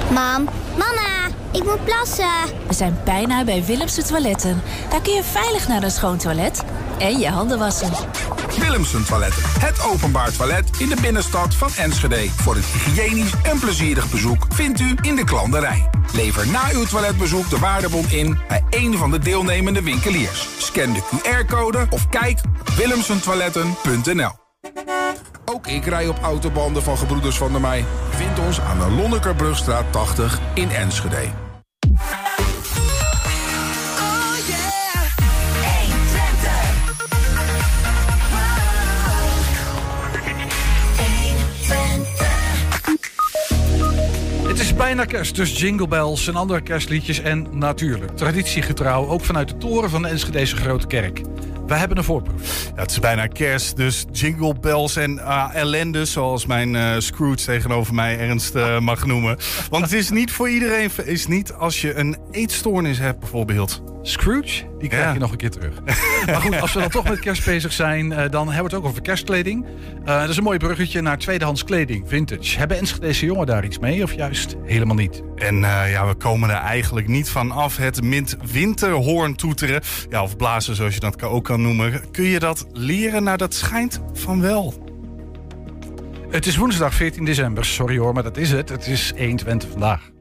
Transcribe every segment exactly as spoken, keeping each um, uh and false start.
Mam, mama, ik moet plassen. We zijn bijna bij Willemsen Toiletten. Daar kun je veilig naar een schoon toilet en je handen wassen. Willemsen Toiletten, het openbaar toilet in de binnenstad van Enschede. Voor een hygiënisch en plezierig bezoek vindt u in de klanderij. Lever na uw toiletbezoek de waardebon in bij een van de deelnemende winkeliers. Scan de Q R-code of kijk op willemsen toiletten punt n l. Ook ik rij op autobanden van Gebroeders van der Meij. Vind ons aan de Lonnekerbrugstraat tachtig in Enschede. Het is bijna kerst, dus Jingle Bells en andere kerstliedjes en natuurlijk traditiegetrouw ook vanuit de toren van de Enschedese Grote Kerk. Wij hebben een voorproef. Ja, het is bijna kerst, dus Jingle Bells en uh, ellende, zoals mijn uh, Scrooge tegenover mij Ernst uh, mag noemen. Want het is niet voor iedereen, is niet als je een eetstoornis hebt bijvoorbeeld. Scrooge, die krijg ja. je nog een keer terug. Maar goed, als we dan toch met kerst bezig zijn, uh, dan hebben we het ook over kerstkleding. Uh, dat is een mooi bruggetje naar tweedehands kleding, vintage. Hebben Enschedese jongen daar iets mee of juist helemaal niet? En uh, ja, we komen er eigenlijk niet van af. Het mint winterhoorn toeteren, ja, of blazen zoals je dat ook kan noemen. Kun je dat leren? Nou, dat schijnt van wel. Het is woensdag veertien december, sorry hoor, maar dat is het. Het is honderdtwintig vandaag.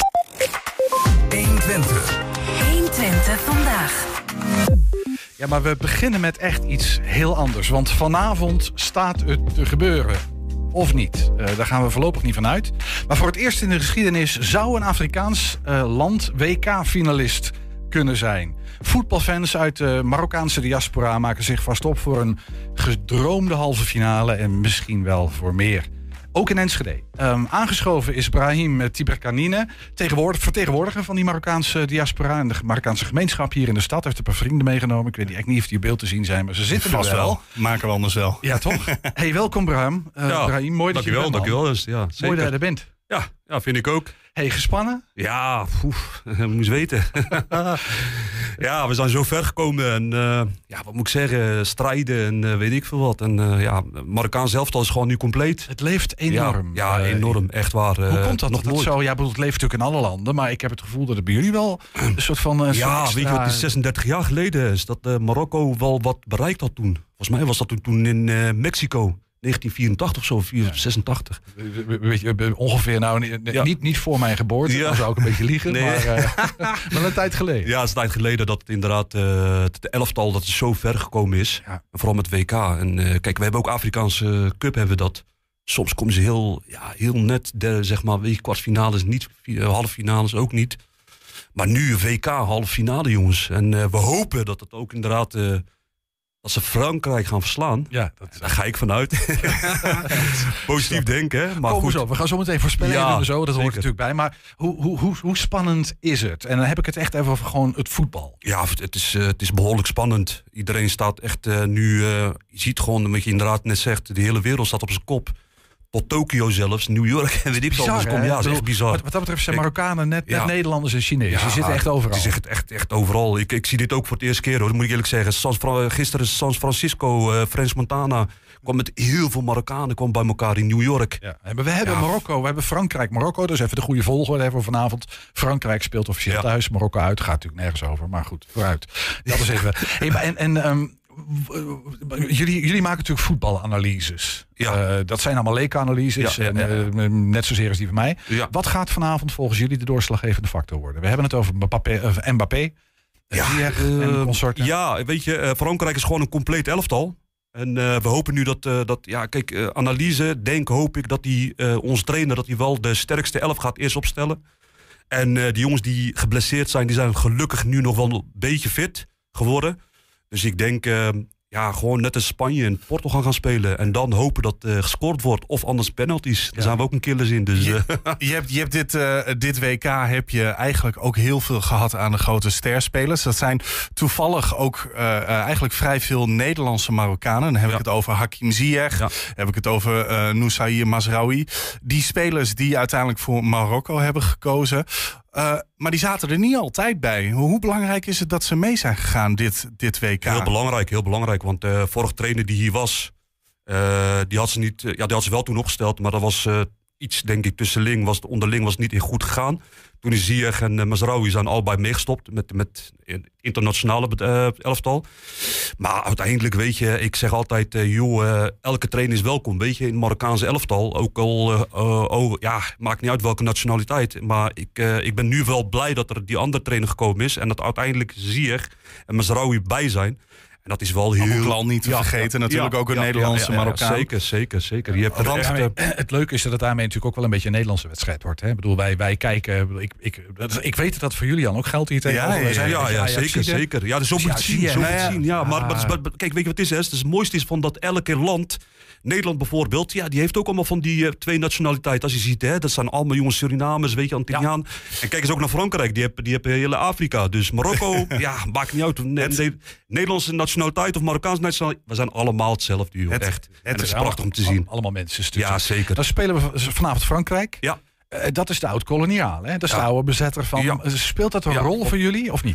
honderdtwintig. honderdtwintig vandaag. Ja, maar we beginnen met echt iets heel anders. Want vanavond staat het te gebeuren. Of niet. Uh, daar gaan we voorlopig niet van uit. Maar voor het eerst in de geschiedenis zou een Afrikaans uh, land W K-finalist kunnen zijn. Voetbalfans uit de Marokkaanse diaspora maken zich vast op voor een gedroomde halve finale en misschien wel voor meer. Ook in Enschede. Um, aangeschoven is Brahim Tiberkanine, vertegenwoordiger van die Marokkaanse diaspora en de Marokkaanse gemeenschap hier in de stad. Hij heeft een paar vrienden meegenomen. Ik weet niet, echt niet of die op beeld te zien zijn, maar ze zitten er vast wel. wel. Maken we anders wel. Ja, toch? Hey, welkom Brahim. Uh, ja, Brahim, mooi dat je er bent. Dankjewel, dankjewel. Ja, zeker. Mooi dat je er bent. Ja, ja, vind ik ook. Hey, gespannen? Ja, poef, moest weten. Ja, we zijn zo ver gekomen en uh, ja, wat moet ik zeggen, strijden en uh, weet ik veel wat. En uh, ja, Marokkaans elftal is gewoon nu compleet. Het leeft enorm. Ja, ja enorm, echt waar. Hoe uh, komt dat? Nog dat het zo, ja, bedoel, het leeft natuurlijk in alle landen, maar ik heb het gevoel dat het bij jullie wel een soort van... Uh, ja, extra... weet je wat, het is zesendertig jaar geleden is dat uh, Marokko wel wat bereikt had toen. Volgens mij was dat toen, toen in uh, Mexico. negentien vierentachtig zo, zesentachtig. Weet je, ongeveer, nou, ja. niet, niet voor mijn geboorte, ja. Dan zou ik een beetje liegen, nee. maar uh, wel een tijd geleden. Ja, het is een tijd geleden dat het inderdaad, uh, het elftal dat het zo ver gekomen is. Ja. Vooral met W K. En uh, kijk, we hebben ook Afrikaanse Cup, hebben we dat. Soms komen ze heel, ja, heel net, de, zeg maar, weet je, kwartfinales niet, halve finales ook niet. Maar nu W K, halve finale, jongens. En uh, we hopen dat het ook inderdaad... Uh, dat ze Frankrijk gaan verslaan. Ja, dat... Daar ga ik vanuit. Positief zo. denken. Hè? Maar Kom goed. Zo, we gaan zo meteen voorspellen. Ja, en zo, dat hoort zeker. natuurlijk bij. Maar hoe, hoe, hoe, hoe spannend is het? En dan heb ik het echt even over gewoon het voetbal. Ja, het is, uh, het is behoorlijk spannend. Iedereen staat echt uh, nu... Uh, je ziet gewoon, wat je inderdaad net zegt... de hele wereld staat op zijn kop. Tot Tokio zelfs, New York en weet ik veel. Ja, dat is echt bizar. Wat, wat dat betreft zijn Marokkanen net, net ja. Nederlanders en Chinezen. Ja, die zitten echt overal. Die zitten echt, echt overal. Ik, ik zie dit ook voor het eerste keer, hoor. Dat moet ik eerlijk zeggen. San, gisteren San Francisco, uh, French Montana... kwam met heel veel Marokkanen kwam bij elkaar in New York. Ja, we hebben ja. Marokko, we hebben Frankrijk, Marokko. Dus even de goede volgorde voor vanavond. Frankrijk speelt officieel ja. thuis, Marokko uit. Gaat natuurlijk nergens over, maar goed, vooruit. Dat is even. Hey, en... en um, Jullie, jullie maken natuurlijk voetbalanalyses. Ja. Uh, dat zijn allemaal leekanalyses. Ja, ja, ja. En, uh, net zozeer als die van mij. Ja. Wat gaat vanavond volgens jullie de doorslaggevende factor worden? We hebben het over Mbappé, uh, Mbappé ja, Ziyech uh, en consorten. Ja, weet je, uh, Frankrijk is gewoon een compleet elftal. En uh, we hopen nu dat, uh, dat ja, kijk, uh, analyse, denk, hoop ik dat die, uh, ons trainer, dat hij wel de sterkste elf gaat eerst opstellen. En uh, die jongens die geblesseerd zijn, die zijn gelukkig nu nog wel een beetje fit geworden. Dus ik denk, uh, ja, gewoon net als Spanje en Portugal gaan spelen. En dan hopen dat uh, gescoord wordt. Of anders penalties. Daar ja. zijn we ook een killers in. Dus, uh. je, je hebt, je hebt dit, uh, dit W K heb je eigenlijk ook heel veel gehad aan de grote sterspelers. Dat zijn toevallig ook uh, eigenlijk vrij veel Nederlandse Marokkanen. Dan heb ja. ik het over Hakim Ziyech. Ja. Heb ik het over uh, Noussair Mazraoui. Die spelers die uiteindelijk voor Marokko hebben gekozen... Uh, maar die zaten er niet altijd bij. Hoe belangrijk is het dat ze mee zijn gegaan, dit, dit W K? Heel belangrijk, heel belangrijk. Want de uh, vorige trainer die hier was... Uh, die, had ze niet, uh, ja, die had ze wel toen opgesteld. Maar dat was uh, iets, denk ik, tussenling. Was, onderling was het niet goed gegaan. Toen is Ziyech en uh, Mazraoui zijn allebei meegestopt met, met internationale uh, elftal. Maar uiteindelijk, weet je, ik zeg altijd, uh, joh, uh, elke trainer is welkom, weet je, in het Marokkaanse elftal. Ook al, uh, uh, oh, ja, maakt niet uit welke nationaliteit. Maar ik, uh, ik ben nu wel blij dat er die andere trainer gekomen is. En dat uiteindelijk Ziyech en Mazraoui bij zijn. En dat is wel heel... Hoekland niet te ja, vergeten, ja, natuurlijk ja, ook een ja, Nederlandse ja, ja, Marokkaan. Ja, zeker, zeker, zeker. Je hebt er echt, ja, het leuke is dat het daarmee natuurlijk ook wel een beetje een Nederlandse wedstrijd wordt. Hè? Ik bedoel, wij, wij kijken... Ik, ik, ik weet dat voor Julian ook geldt hier tegenover. Ja, ja, ja, ja, ja zeker, zeker. Ja, zo moet je het zien. Zo moet je zien. Ja, maar, maar, maar kijk, weet je wat het is? Hè? Het, is het mooiste is van dat elke land... Nederland bijvoorbeeld, ja, die heeft ook allemaal van die uh, twee nationaliteiten. Als je ziet, hè, dat zijn allemaal jonge Surinamers, weet je, Antilliaan. Ja. En kijk eens ook naar Frankrijk, die hebben, die hebben hele Afrika. Dus Marokko, ja, maakt niet uit. Ne- ne- Nederlandse nationaliteit of Marokkaanse nationaliteit, we zijn allemaal hetzelfde, joh, het, echt. Het en dat is prachtig om te zien. Allemaal mensen. Dus ja, zeker. Dan spelen we vanavond Frankrijk. Ja. Uh, dat is de oud-koloniaal, hè? Dat is ja. de oude bezetter van... Ja. Speelt dat een ja. rol voor jullie, of niet?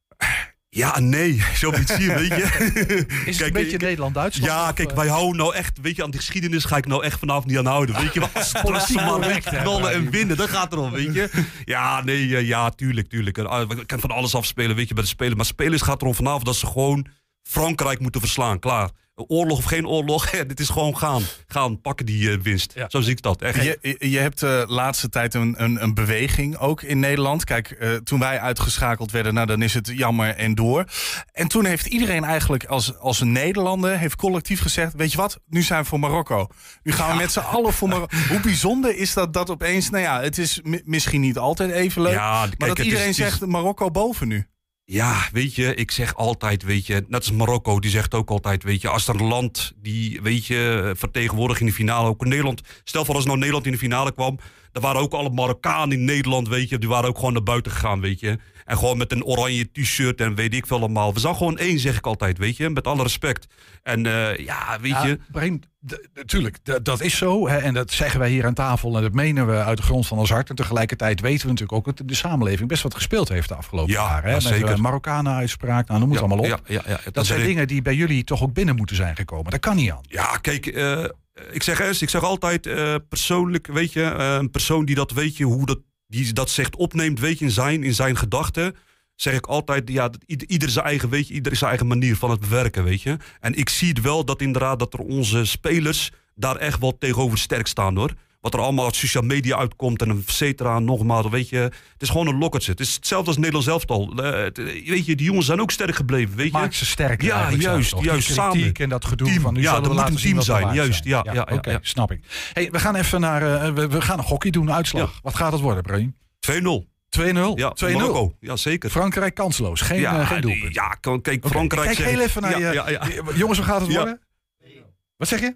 Ja, nee, zo niet zien, weet je. Is het kijk, een beetje Nederland-Duitsland? Ja, of, kijk, wij houden nou echt, weet je, aan die geschiedenis ga ik nou echt vanavond niet aan houden. Weet je, als politiek knallen en winnen, dat gaat erom, weet je. Ja, nee, ja, tuurlijk, tuurlijk. Ik kan van alles afspelen, weet je, bij de spelen. Maar spelers gaat erom vanavond dat ze gewoon Frankrijk moeten verslaan, klaar. Oorlog of geen oorlog, dit is gewoon gaan. Gaan, pakken die uh, winst. Ja. Zo zie ik dat, echt. Je, je hebt de uh, laatste tijd een, een, een beweging ook in Nederland. Kijk, uh, toen wij uitgeschakeld werden, nou dan is het jammer en door. En toen heeft iedereen eigenlijk als, als een Nederlander, heeft collectief gezegd, weet je wat, nu zijn we voor Marokko. Nu gaan we ja. met z'n allen voor Marokko. Hoe bijzonder is dat dat opeens, nou ja, het is m- misschien niet altijd even leuk. Ja, kijk, maar dat iedereen is, zegt, is... Marokko boven nu. Ja, weet je, ik zeg altijd, weet je, net als Marokko, die zegt ook altijd, weet je, als er een land die, weet je, vertegenwoordigt in de finale, ook in Nederland, stel voor als nou Nederland in de finale kwam, dan waren ook alle Marokkanen in Nederland, weet je, die waren ook gewoon naar buiten gegaan, weet je. En gewoon met een oranje t-shirt en weet ik veel allemaal. We zijn gewoon één, zeg ik altijd, weet je, met alle respect. En uh, ja, weet ja, je... Brein, natuurlijk, d- dat is zo. Hè, en dat zeggen wij hier aan tafel en dat menen we uit de grond van ons hart. En tegelijkertijd weten we natuurlijk ook dat de samenleving best wat gespeeld heeft de afgelopen ja, jaren. Hè, ja, met zeker. Uh, Marokkanen-uitspraak, nou noem het ja, allemaal op. Ja, ja, ja, dat, dat zijn ik... dingen die bij jullie toch ook binnen moeten zijn gekomen. Dat kan niet aan. Ja, kijk... Uh... Ik zeg eens, ik zeg altijd uh, persoonlijk, weet je, uh, een persoon die dat, weet je, hoe dat, die dat zegt opneemt, weet je, in zijn, in zijn gedachten, zeg ik altijd, ja, dat ieder, ieder zijn eigen, weet je, ieder zijn eigen manier van het bewerken, weet je. En ik zie het wel dat inderdaad dat er onze spelers daar echt wel tegenover sterk staan, hoor. Wat er allemaal uit social media uitkomt en et cetera, nogmaals, weet je. Het is gewoon een lokkertje. Het is hetzelfde als Nederlands elftal. Uh, weet je, die jongens zijn ook sterk gebleven, weet je. Maakt ze sterk. Ja, juist, zelf, juist, samen. En dat gedoe team. van, nu ja, zullen we laten moet een zien team zijn, juist. zijn. Ja, ja, ja, oké, okay, ja. snap ik. Hey, we gaan even naar, uh, we, we gaan een gokkie doen, uitslag. Ja. Wat gaat het worden, Brahim? twee nul. twee nul? Ja, twee nul. Marokko. Ja, zeker. Frankrijk kansloos. Geen, ja, uh, geen doelpunt. Ja, kijk, okay. Frankrijk... Kijk heel even naar ja, je... Ja, ja. Jongens, hoe gaat het worden? Ja. Wat zeg je?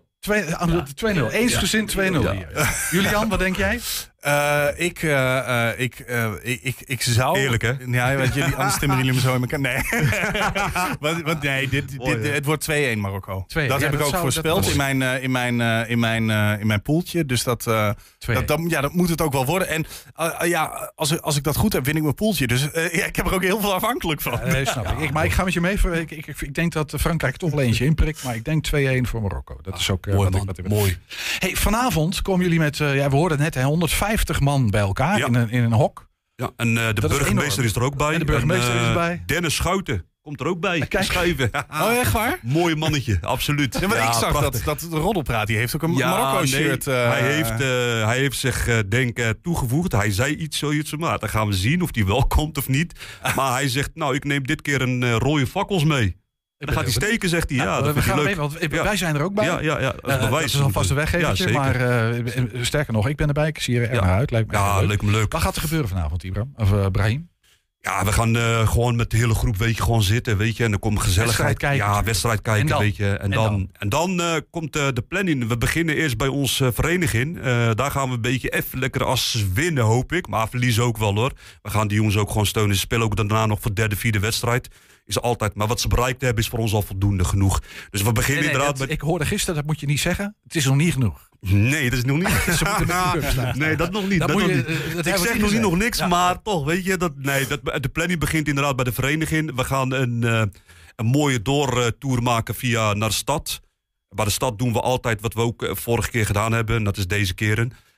twee nul. Eensgezind twee nul. Ja. Julian, wat denk jij? Uh, ik, uh, uh, ik, uh, ik, ik, ik zou... Eerlijk, hè? Ja, want jullie, anders stemmen jullie me zo in elkaar. Nee, want, want nee dit, dit, dit, het wordt twee een Marokko. twee, dat ja, heb dat ik ook zou, voorspeld dat in mijn, uh, in, mijn, uh, in, mijn, uh, in mijn poeltje. Dus dat, uh, dat, dat, ja, dat moet het ook wel worden. En uh, uh, ja, als, als ik dat goed heb, win ik mijn poeltje. Dus uh, ja, ik heb er ook heel veel afhankelijk van. Ja, nee, snap ja, ik. ik. Maar ik ga met je mee. Voor, ik, ik, ik denk dat Frankrijk toch wel eentje inprikt. Maar ik denk twee een voor Marokko. Dat is ook uh, mooi, wat, man, ik, wat ik mooi. Hey, vanavond komen jullie met, uh, ja, we hoorden het net, hè, honderdvijftig man bij elkaar. Ja. In, een, in een hok. Ja, en uh, de dat burgemeester is, is er ook bij. En de burgemeester en, uh, is erbij. Dennis Schouten komt er ook bij. Kijk. Schuiven. Oh, echt waar? Mooi mannetje, absoluut. Ja, maar ja, ik zag prachtig. dat, dat de Roddelpraat, die heeft ook een ja, Marokko-shirt. Nee, uh, hij, heeft, uh, hij heeft zich, uh, denk ik, toegevoegd. Hij zei iets zoiets, maar dan gaan we zien of hij wel komt of niet. Maar hij zegt, nou, ik neem dit keer een uh, rode fakkels mee. Dan gaat hij steken, zegt hij. Ja, ja, dat we gaan leuk. mee, want ja. wij zijn er ook bij. Ja, ja, ja, dat is, uh, dat is alvast een weggevertje. Ja, maar uh, sterker nog, ik ben erbij. Ik zie er echt ja. naar uit. Lijkt me ja, leuk. leuk me leuk. Wat gaat er gebeuren vanavond, Ibram? Of uh, Brahim? Ja, we gaan uh, gewoon met de hele groep, weet je, gewoon zitten, weet je. En dan komt gezelligheid. Wedstrijd kijken. Ja, wedstrijd kijken, en dan? weet je. En, en dan, dan, en dan uh, komt uh, de planning. We beginnen eerst bij onze uh, vereniging. Uh, daar gaan we een beetje even lekker as winnen, hoop ik. Maar verliezen ook wel, hoor. We gaan die jongens ook gewoon steunen. Ze spelen ook daarna nog voor derde, vierde wedstrijd. Is altijd, maar wat ze bereikt hebben is voor ons al voldoende genoeg. Dus we beginnen nee, nee, inderdaad... Dat, met... Ik hoorde gisteren, dat moet je niet zeggen. Het is nog niet genoeg. Nee, dat is nog niet. Ze moeten met de staan. Nee, dat nog niet. Dat dat moet nog je, niet. dat ik zeg nog gezegd. niet nog niks, ja. maar toch, weet je, dat, nee, dat, de planning begint inderdaad bij de vereniging. We gaan een, uh, een mooie doortour maken via naar de stad. Bij de stad doen we altijd wat we ook uh, vorige keer gedaan hebben. En dat is deze keren.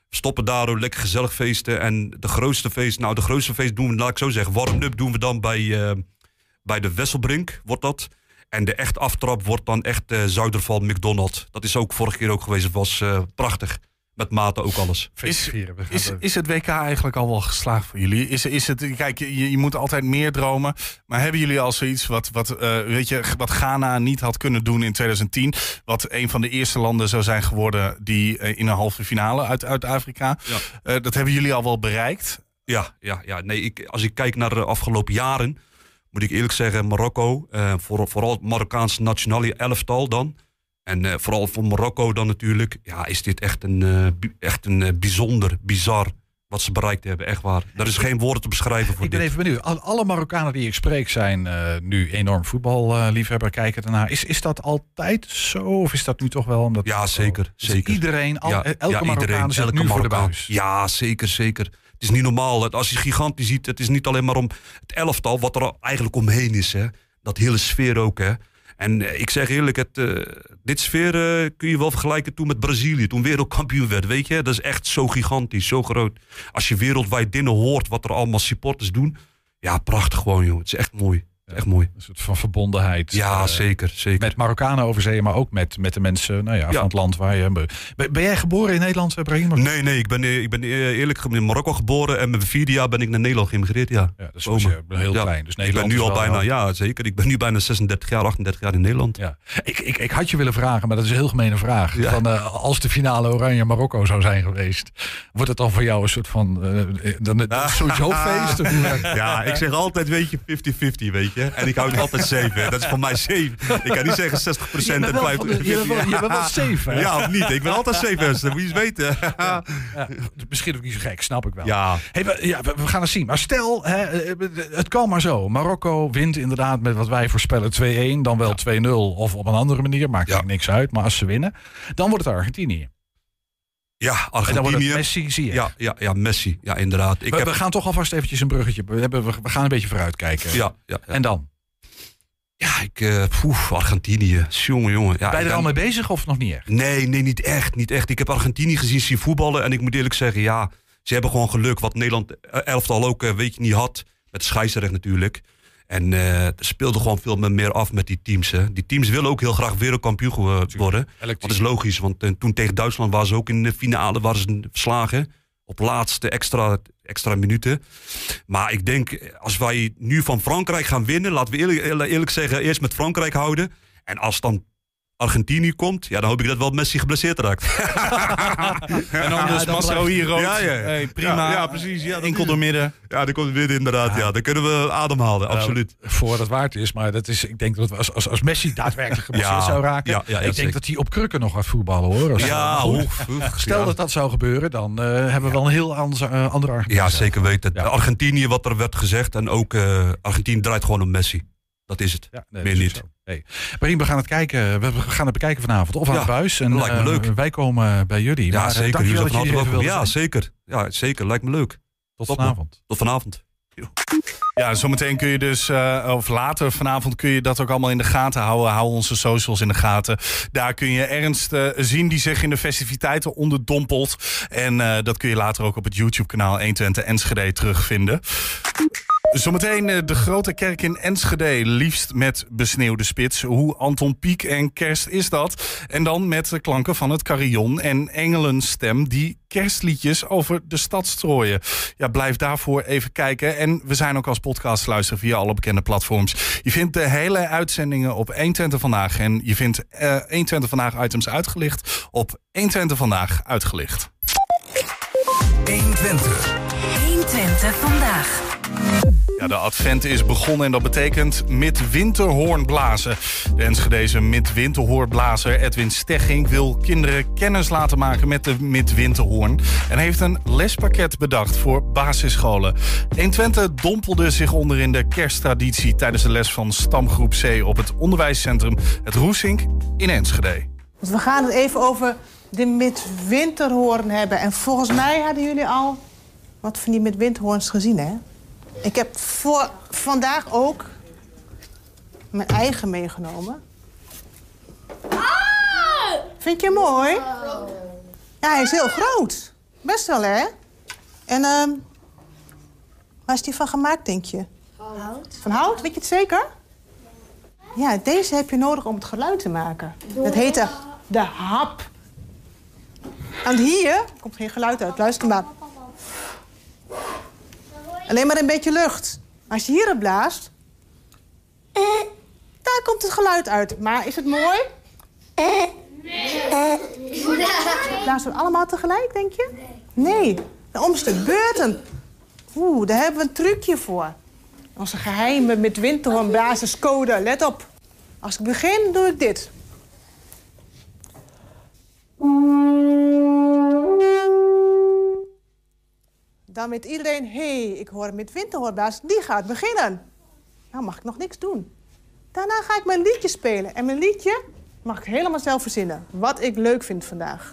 stoppen daar ook lekker gezellig feesten. En de grootste feest, nou de grootste feest doen we, laat ik zo zeggen, warm-up doen we dan bij, uh, bij de Wesselbrink, wordt dat. En de echt aftrap wordt dan echt uh, Zuiderval McDonald's. Dat is ook vorige keer ook geweest, het was uh, prachtig. Met maten ook alles. Is, is, is het W K eigenlijk al wel geslaagd voor jullie? Is, is het, kijk, je, je moet altijd meer dromen. Maar hebben jullie al zoiets wat, wat, uh, weet je, wat Ghana niet had kunnen doen in twintig tien? Wat een van de eerste landen zou zijn geworden die uh, in een halve finale uit, uit Afrika. Ja. Uh, dat hebben jullie al wel bereikt? Ja, ja, ja. Nee, ik, als ik kijk naar de afgelopen jaren, moet ik eerlijk zeggen, Marokko, uh, voor, vooral het Marokkaanse nationale elftal dan. En uh, vooral voor Marokko dan natuurlijk, ja, is dit echt een, uh, b- echt een uh, bijzonder, bizar wat ze bereikt hebben. Echt waar. Er is geen woorden te beschrijven voor ik ben dit. even benieuwd. Alle Marokkanen die ik spreek zijn uh, nu enorm voetballiefhebber, uh, kijken ernaar. Is, is dat altijd zo? Of is dat nu toch wel omdat... Ja, zeker. Dus zeker. Iedereen, al, ja, elke ja, Marokkaan iedereen, zit elke nu Marokkaan. voor de buis. Ja, zeker, zeker. Het is niet normaal. Als je gigantisch ziet, het is niet alleen maar om het elftal, wat er eigenlijk omheen is. Hè. Dat hele sfeer ook, hè. En uh, ik zeg eerlijk, het, uh, dit sfeer uh, kun je wel vergelijken toen met Brazilië. Toen wereldkampioen werd, weet je. Dat is echt zo gigantisch, zo groot. Als je wereldwijd dingen hoort wat er allemaal supporters doen. Ja, prachtig gewoon, joh. Het is echt mooi. Ja, echt mooi. Een soort van verbondenheid. Ja, uh, zeker, zeker. Met Marokkanen over zee, maar ook met, met de mensen nou ja, ja. van het land waar je... Ben, ben jij geboren in Nederland, Brahim? Nee, nee. Ik ben, ik ben eerlijk in Marokko geboren. En met vierde jaar ben ik naar Nederland geïmigreerd, ja. Ja, dat is je, heel ja. klein. Dus Nederland ik ben nu al bijna, wel... ja zeker. Ik ben nu bijna zesendertig jaar, achtendertig jaar in Nederland. Ja. Ik, ik, ik had je willen vragen, maar dat is een heel gemene vraag. Ja. Van, uh, als de finale Oranje-Marokko zou zijn geweest, wordt het dan voor jou een soort van... Uh, dan, uh, sowieso feest? Of ja, ik zeg altijd, weet je, vijftig vijftig, weet je. En ik hou het altijd zeven. Dat is voor mij zeven. Ik kan niet zeggen zestig procent en vijftig procent. Je bent wel, wel zeven, hè? Ja, of niet? Ik ben altijd zeven. Dat moet je eens weten. Ja, ja. Misschien ook niet zo gek, snap ik wel. Ja. Hey, we, ja, we, we gaan het zien. Maar stel, hè, het kan maar zo. Marokko wint inderdaad met wat wij voorspellen twee-één. Dan wel ja. twee nul of op een andere manier. Maakt ja. niks uit. Maar als ze winnen, dan wordt het Argentinië. Ja, Argentinië. En dan wordt het Messi, zie je. Ja, ja, ja, Messi. Ja, inderdaad. Ik we, heb... we gaan toch alvast eventjes een bruggetje. We, hebben, we, we gaan een beetje vooruitkijken. Ja, ja, ja. En dan? Ja, ik... Uh, poef, Argentinië. Jongen, jongen. Ja, ben je er al mee bezig of nog niet echt? Nee, nee, niet echt. Niet echt. Ik heb Argentinië gezien zien voetballen. En ik moet eerlijk zeggen, ja... Ze hebben gewoon geluk. Wat Nederland elftal ook, uh, weet je, niet had. Met de scheidsrechter natuurlijk. En uh, er speelde gewoon veel meer af met die teams. Hè. Die teams willen ook heel graag wereldkampioen worden. Dat is logisch. Want uh, toen tegen Duitsland waren ze ook in de finale waren ze verslagen. Op laatste extra, extra minuten. Maar ik denk, als wij nu van Frankrijk gaan winnen... laten we eerlijk, eerlijk zeggen, eerst met Frankrijk houden. En als dan Argentinië komt... ja, dan hoop ik dat wel Messi geblesseerd raakt. En dan is Marcelo hier rood. Ja, ja. Hey, prima. Ja, ja, precies. Ja, enkel door midden. Ja, dan komt het midden inderdaad. Ja. Ja. Dan kunnen we ademhalen, uh, absoluut. Voor het waard is, maar dat is, ik denk dat we als, als, als Messi daadwerkelijk geblesseerd ja. zou raken... Ja, ja, ja, ik denk zeker. Dat hij op krukken nog gaat voetballen, hoor. Als ja, oef, Stel ja. dat dat zou gebeuren, dan uh, hebben we wel een heel anders, uh, andere Argentinië. Ja, zeker weten. Ja. Argentinië, wat er werd gezegd. En ook uh, Argentinië draait gewoon om Messi. Dat is het. Ja, nee, meer niet. Hey. Brahim, we gaan het kijken. We gaan het bekijken vanavond. Of aan ja, het buis. En lijkt me leuk. Uh, wij komen bij jullie. Ja, maar, zeker. Uh, dat je welkom. Ja, zeker. Ja, zeker. Lijkt me leuk. Tot Top vanavond. Man. Tot vanavond. Ja, zometeen kun je dus, uh, of later vanavond kun je dat ook allemaal in de gaten houden. Hou onze socials in de gaten. Daar kun je Ernst uh, zien die zich in de festiviteiten onderdompelt. En uh, dat kun je later ook op het YouTube-kanaal honderdtwintig Enschede terugvinden. Zometeen de grote kerk in Enschede, liefst met besneeuwde spits. Hoe Anton Pieck en kerst is dat? En dan met de klanken van het carillon en engelenstem die kerstliedjes over de stad strooien. Ja, blijf daarvoor even kijken. En we zijn ook als podcast luisteren via alle bekende platforms. Je vindt de hele uitzendingen op honderdtwintig Vandaag. En je vindt uh, honderdtwintig Vandaag items uitgelicht op honderdtwintig Vandaag uitgelicht. honderdtwintig. honderdtwintig Vandaag. Ja, de advent is begonnen en dat betekent midwinterhoornblazen. De Enschedeze midwinterhoornblazer Edwin Stegging wil kinderen kennis laten maken met de midwinterhoorn. En heeft een lespakket bedacht voor basisscholen. honderdtwintig dompelde zich onder in de kersttraditie tijdens de les van stamgroep C op het onderwijscentrum Het Roesink in Enschede. Dus we gaan het even over de midwinterhoorn hebben. En volgens mij hadden jullie al wat van die midwinterhoorns gezien, hè? Ik heb voor vandaag ook mijn eigen meegenomen. Ah! Vind je hem mooi? Ja, hij is heel groot. Best wel, hè? En uh, waar is die van gemaakt, denk je? Van hout. Van hout? Weet je het zeker? Ja, deze heb je nodig om het geluid te maken. Dat heet de, de hap. En hier komt geen geluid uit. Luister maar. Alleen maar een beetje lucht. Als je hierop blaast... daar komt het geluid uit. Maar is het mooi? Blazen we allemaal tegelijk, denk je? Nee. De omste beurten. Oeh, daar hebben we een trucje voor. Onze geheime midwinterhoorn basiscode. Let op. Als ik begin, doe ik dit. Dan weet iedereen, hé, hey, ik hoor een midwinterhoornblaas, die gaat beginnen. Nou mag ik nog niks doen. Daarna ga ik mijn liedje spelen. En mijn liedje mag ik helemaal zelf verzinnen. Wat ik leuk vind vandaag.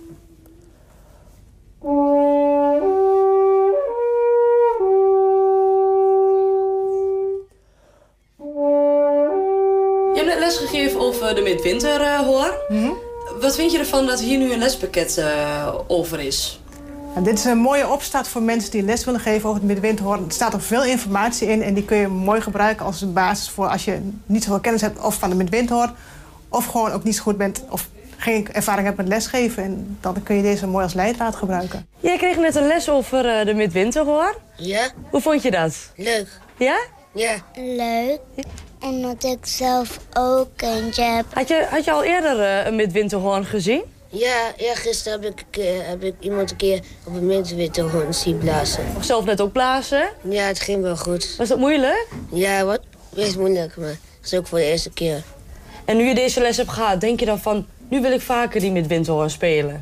Je hebt net les gegeven over de midwinterhoorn. Mm-hmm. Wat vind je ervan dat hier nu een lespakket uh, over is? En dit is een mooie opstart voor mensen die les willen geven over het midwinterhoorn. Er staat er veel informatie in en die kun je mooi gebruiken als een basis voor als je niet zoveel kennis hebt of van de midwinterhoorn. Of gewoon ook niet zo goed bent of geen ervaring hebt met lesgeven. En dan kun je deze mooi als leidraad gebruiken. Jij kreeg net een les over uh, de midwinterhoorn. Ja. Hoe vond je dat? Leuk. Ja? Ja. Leuk. Omdat ik zelf ook eentje heb. Had je, had je al eerder uh, een midwinterhoorn gezien? Ja, ja, gisteren heb ik, uh, heb ik iemand een keer op een midwinterhoorn zien blazen. Of zelf net ook blazen? Ja, het ging wel goed. Was dat moeilijk? Ja, wat? Best moeilijk, maar dat is ook voor de eerste keer. En nu je deze les hebt gehad, denk je dan van... nu wil ik vaker die midwinterhoorn spelen?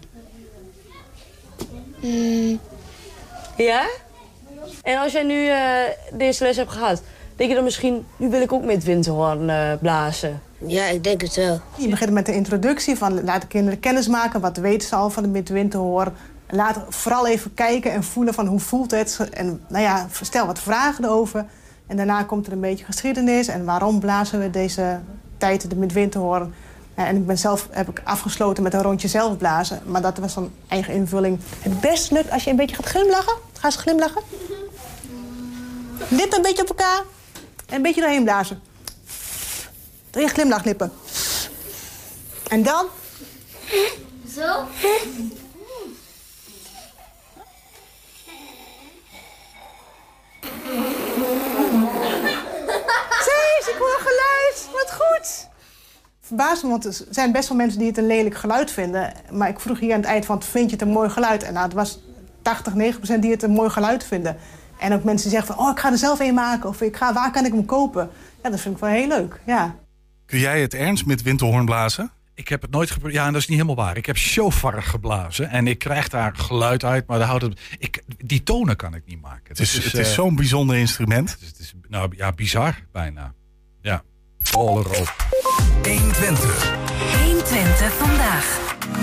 Mm. Ja? En als jij nu uh, deze les hebt gehad... denk je dan misschien, nu wil ik ook midwinterhoorn uh, blazen? Ja, ik denk het wel. Je begint met de introductie van laat de kinderen kennis maken. Wat weten ze al van de midwinterhoorn? Laat vooral even kijken en voelen van hoe voelt het. En nou ja, stel wat vragen erover. En daarna komt er een beetje geschiedenis. En waarom blazen we deze tijd de midwinterhoorn? En ik ben zelf, heb ik afgesloten met een rondje zelf blazen. Maar dat was een eigen invulling. Het best lukt als je een beetje gaat glimlachen. Ga eens glimlachen. Lippen een beetje op elkaar. En een beetje doorheen blazen. Doe je glimlachlippen. En dan? Zo? Zees, ik hoor geluid. Wat goed. Verbaas me, want er zijn best wel mensen die het een lelijk geluid vinden. Maar ik vroeg hier aan het eind van, vind je het een mooi geluid? En nou, het was tachtig, negen procent die het een mooi geluid vinden. En ook mensen die zeggen van, oh, ik ga er zelf een maken. Of ik ga, waar kan ik hem kopen? Ja, dat vind ik wel heel leuk, ja. Kun jij het ernst met winterhoorn blazen? Ik heb het nooit geprobeerd. Ja, en dat is niet helemaal waar. Ik heb shofar geblazen en ik krijg daar geluid uit, maar daar houdt het. Ik, die tonen kan ik niet maken. Het is, is, het is uh, zo'n bijzonder instrument. Het is, het is nou ja, bizar bijna. Ja, all erop. honderdtwintig. honderdtwintig vandaag.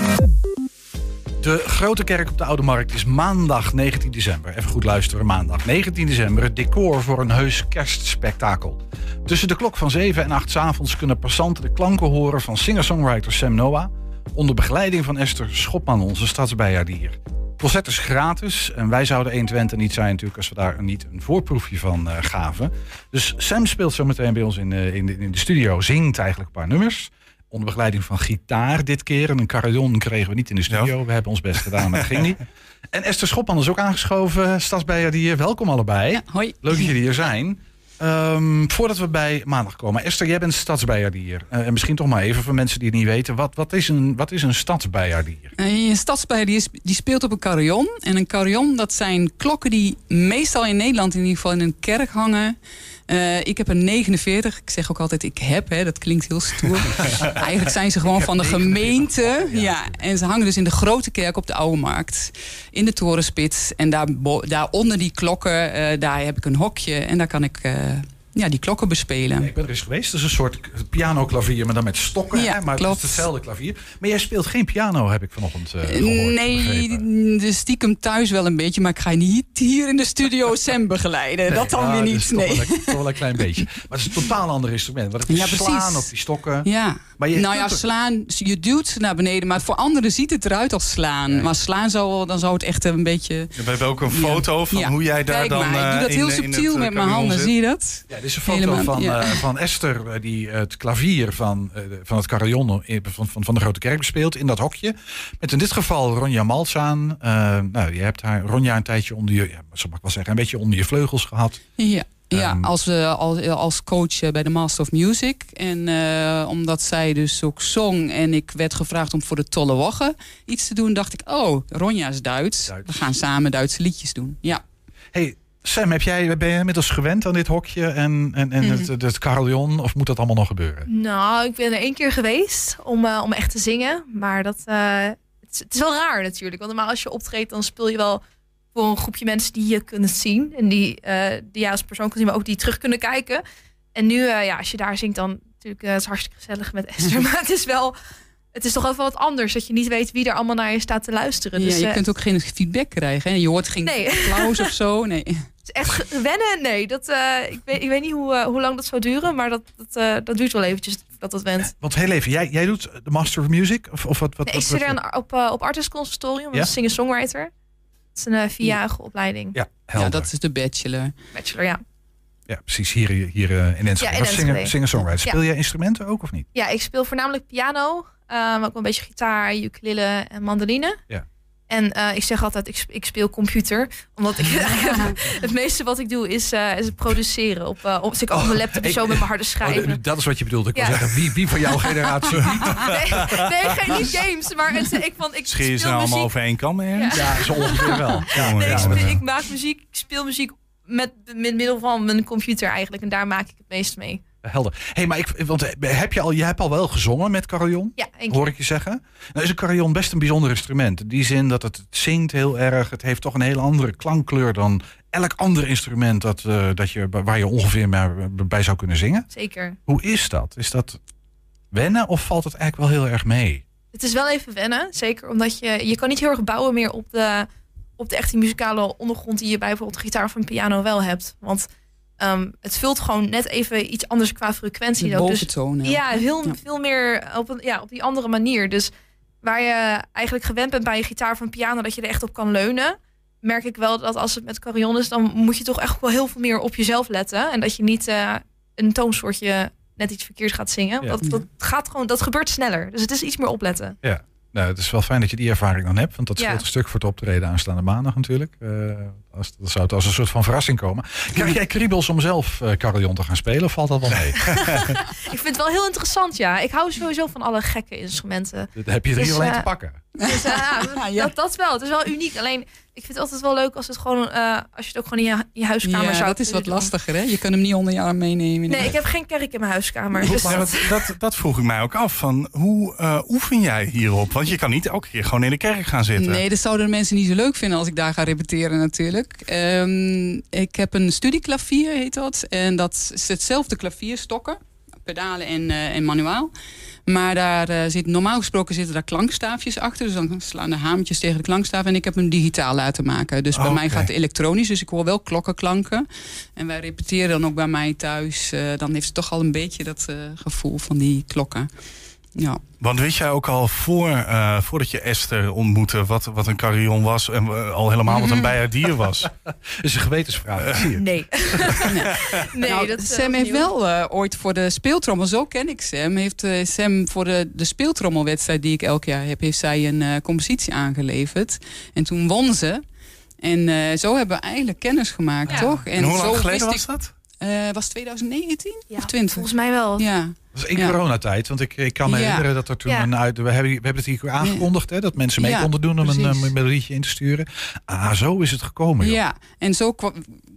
De Grote Kerk op de Oude Markt is maandag negentien december. Even goed luisteren, maandag negentien december. Het decor voor een heus kerstspektakel. Tussen de klok van zeven en acht 's avonds kunnen passanten de klanken horen van singer-songwriter Sam Noah. Onder begeleiding van Esther Schopman, onze stadsbijaardier. Het concert is gratis en wij zouden honderdtwintig niet zijn natuurlijk als we daar niet een voorproefje van uh, gaven. Dus Sam speelt zo meteen bij ons in, uh, in, de, in de studio, zingt eigenlijk een paar nummers. Onder begeleiding van gitaar dit keer. En een carillon kregen we niet in de studio. Ja. We hebben ons best gedaan, maar dat ging niet. En Esther Schopman is ook aangeschoven. Stadsbijaardier, welkom allebei. Ja, hoi. Leuk dat jullie hier zijn. Um, voordat we bij maandag komen. Esther, jij bent stadsbijaardier. Uh, en misschien toch maar even voor mensen die het niet weten. Wat, wat, is, een, wat is een stadsbijaardier? Uh, een stadsbijaardier die speelt op een carillon. En een carillon, dat zijn klokken die meestal in Nederland in ieder geval in een kerk hangen. Uh, ik heb er negenenveertig. Ik zeg ook altijd ik heb, hè, dat klinkt heel stoer. Eigenlijk zijn ze gewoon van de gemeente. Ja. ja, en ze hangen dus in de grote kerk op de Oude Markt. In de torenspits. En daar, daaronder die klokken, uh, daar heb ik een hokje. En daar kan ik uh, ja, die klokken bespelen. Ja, ik ben er eens geweest. Dat is een soort pianoklavier, maar dan met stokken. Ja, hè? Maar klopt. het is hetzelfde klavier. Maar jij speelt geen piano, heb ik vanochtend uh, gehoord. Nee, dus stiekem thuis wel een beetje. Maar ik ga niet hier in de studio Sam begeleiden. Nee, dat dan ja, weer niet. Dus Nee. toch, wel, toch wel een klein beetje. Maar het is een totaal ander instrument. Want het is Ja, precies. slaan op die stokken. Ja. Maar je nou ja, kunt er- slaan, je duwt ze naar beneden. Maar voor anderen ziet het eruit als slaan. Ja. Maar slaan zou, dan zou het echt een beetje... We hebben ook een foto van Ja. hoe jij daar Kijk dan maar, ik doe dat uh, heel in, subtiel in met het, mijn uh, handen. zit. Zie je dat? Ja, dit is een foto Helemaal, van, ja. uh, van Esther, uh, die uh, het klavier van, uh, van het carillon van, van, van de Grote Kerk bespeelt in dat hokje. Met in dit geval Ronja Maltzaan. Uh, nou, je hebt haar Ronja een tijdje onder je, ja, zo mag ik wel zeggen, een beetje onder je vleugels gehad. Ja. Ja, Um, als, uh, als, als coach uh, bij de Master of Music. En uh, omdat zij dus ook zong en ik werd gevraagd om voor de Tolle Woche iets te doen, dacht ik, oh, Ronja is Duits. Duits. We gaan samen Duitse liedjes doen. Ja. Hey, Sam, heb jij, ben je inmiddels gewend aan dit hokje en, en, en Mhm. het, het carillon? Of moet dat allemaal nog gebeuren? Nou, ik ben er één keer geweest om, uh, om echt te zingen. Maar dat, uh, het, is, het is wel raar natuurlijk. Want normaal als je optreedt, dan speel je wel voor een groepje mensen die je kunnen zien. En die, uh, die je als persoon kan zien, maar ook die terug kunnen kijken. En nu, uh, ja, als je daar zingt, dan natuurlijk, uh, het is hartstikke gezellig met Esther. Maar het is wel, het is toch even wat anders. Dat je niet weet wie er allemaal naar je staat te luisteren. Ja, Dus, je uh, kunt ook geen feedback krijgen. Hè? Je hoort geen Nee. applaus of zo. Nee. Het is echt ge- wennen. Nee, dat, uh, ik, weet, ik weet niet hoe, uh, hoe lang dat zou duren. Maar dat, dat, uh, dat duurt wel eventjes dat dat went. Want heel even, jij, jij doet de Master of Music? Of, of wat, wat, Nee, ik wat- studeer wat- aan- op, uh, op Artist Conservatorium. Ja? als singer-songwriter. Het is een uh, vierjarige opleiding. Ja, Ja, helder. dat is de bachelor. Bachelor, ja. Ja, precies. Hier, hier uh, in Enschede. Ja, in Wat singer- Enschede. singer-songwriter. Ja. Speel jij instrumenten ook of niet? Ja, ik speel voornamelijk piano. uh, maar ook wel een beetje gitaar, ukulele en mandoline. Ja. En uh, ik zeg altijd, ik, sp- ik speel computer. Omdat ik het meeste wat ik doe is, uh, is het produceren. Op, uh, op, zit ik ook op mijn laptop ik- zo met mijn harde schijven. Oh, dat is wat je bedoelt. Ik Ja. wil zeggen, wie, wie van jouw generatie niet? nee, nee, geen niet games. Maar het, ik, van, ik Scheer je ze speel nou allemaal muziek. over één kam heen? Ja. Ja, zo ongeveer wel. Ja, Nee, ja, ik, speel- dat- ik maak muziek, ik speel muziek met, met middel van mijn computer eigenlijk. En daar maak ik het meest mee. Helder. Hey, maar ik, want heb je, al, je hebt al wel gezongen met carillon? Ja, één keer. Hoor ik je zeggen. Nou is een carillon best een bijzonder instrument. In die zin dat het, het zingt heel erg. Het heeft toch een hele andere klankkleur dan elk ander instrument dat, uh, dat je, waar je ongeveer maar bij zou kunnen zingen. Zeker. Hoe is dat? Is dat wennen of valt het eigenlijk wel heel erg mee? Het is wel even wennen. Zeker omdat je... Je kan niet heel erg bouwen meer op de, op de echte muzikale ondergrond... die je bij bijvoorbeeld gitaar of een piano wel hebt. Want um, het vult gewoon net even iets anders qua frequentie. De ook. boventonen. Dus, ja, heel, Ja. veel meer op, een, ja, op die andere manier. Dus waar je eigenlijk gewend bent bij je gitaar of een piano... dat je er echt op kan leunen... merk ik wel dat als het met carillon is... dan moet je toch echt wel heel veel meer op jezelf letten. En dat je niet uh, een toonsoortje net iets verkeerds gaat zingen. Ja. Dat, dat, gaat gewoon, dat gebeurt sneller. Dus het is iets meer opletten. Ja. Nou, het is wel fijn dat je die ervaring dan hebt. Want dat Ja. scheelt een stuk voor het optreden aanstaande maandag natuurlijk. Uh, als, dat zou het als een soort van verrassing komen. Krijg jij kriebels om zelf uh, carillon te gaan spelen? Of valt dat wel mee? Ik vind het wel heel interessant, ja. Ik hou sowieso van alle gekke instrumenten. Dat heb je er hier Dus, alleen uh, te pakken. Dus, uh, Ja. dat, dat wel. Het is wel uniek. Alleen, ik vind het altijd wel leuk als, het gewoon, uh, als je het ook gewoon in je, je huiskamer Ja, zou dat is wat kunnen doen. lastiger. Hè? Je kan hem niet onder je arm meenemen. Nee, ik heb geen kerk in mijn huiskamer. Dus Maar dat, dat, dat vroeg ik mij ook af. Van, hoe uh, oefen jij hierop? Want je kan niet elke keer gewoon in de kerk gaan zitten. Nee, dat zouden de mensen niet zo leuk vinden als ik daar ga repeteren natuurlijk. Um, ik heb een studieklavier, heet dat. En dat is hetzelfde klavierstokken. Pedalen en, uh, en manuaal. Maar daar uh, zit, normaal gesproken zitten daar klankstaafjes achter. Dus dan slaan de hamertjes tegen de klankstaaf. En ik heb hem digitaal laten maken. Dus bij Oh, mij okay. gaat het elektronisch. Dus ik hoor wel klokkenklanken. En wij repeteren dan ook bij mij thuis. Uh, dan heeft het toch al een beetje dat uh, gevoel van die klokken. Ja. Want wist jij ook al voor, uh, voordat je Esther ontmoette... wat, wat een carillon was en uh, al helemaal wat een bijaardier was? Dat is een gewetensvraag. Dat zie je. nee. nee, nee Nou, dat, uh, Sam heeft nieuw. wel uh, ooit voor de speeltrommel, zo ken ik Sam... heeft uh, Sam voor de, de speeltrommelwedstrijd die ik elk jaar heb... heeft zij een uh, compositie aangeleverd. En toen won ze. En uh, zo hebben we eigenlijk kennis gemaakt, Ja. toch? En, hoe zo lang geleden wist was ik, dat? Uh, was twintig negentien Ja, of twintig? volgens mij wel. Ja. Dat is in Ja. coronatijd. Want ik, ik kan me Ja. herinneren dat er toen Ja. een uit... We hebben, we hebben het hier aangekondigd, hè, dat mensen mee Ja, konden doen om een, precies. um, een melodietje in te sturen. Ah, zo is het gekomen, joh. Ja, en zo kwa-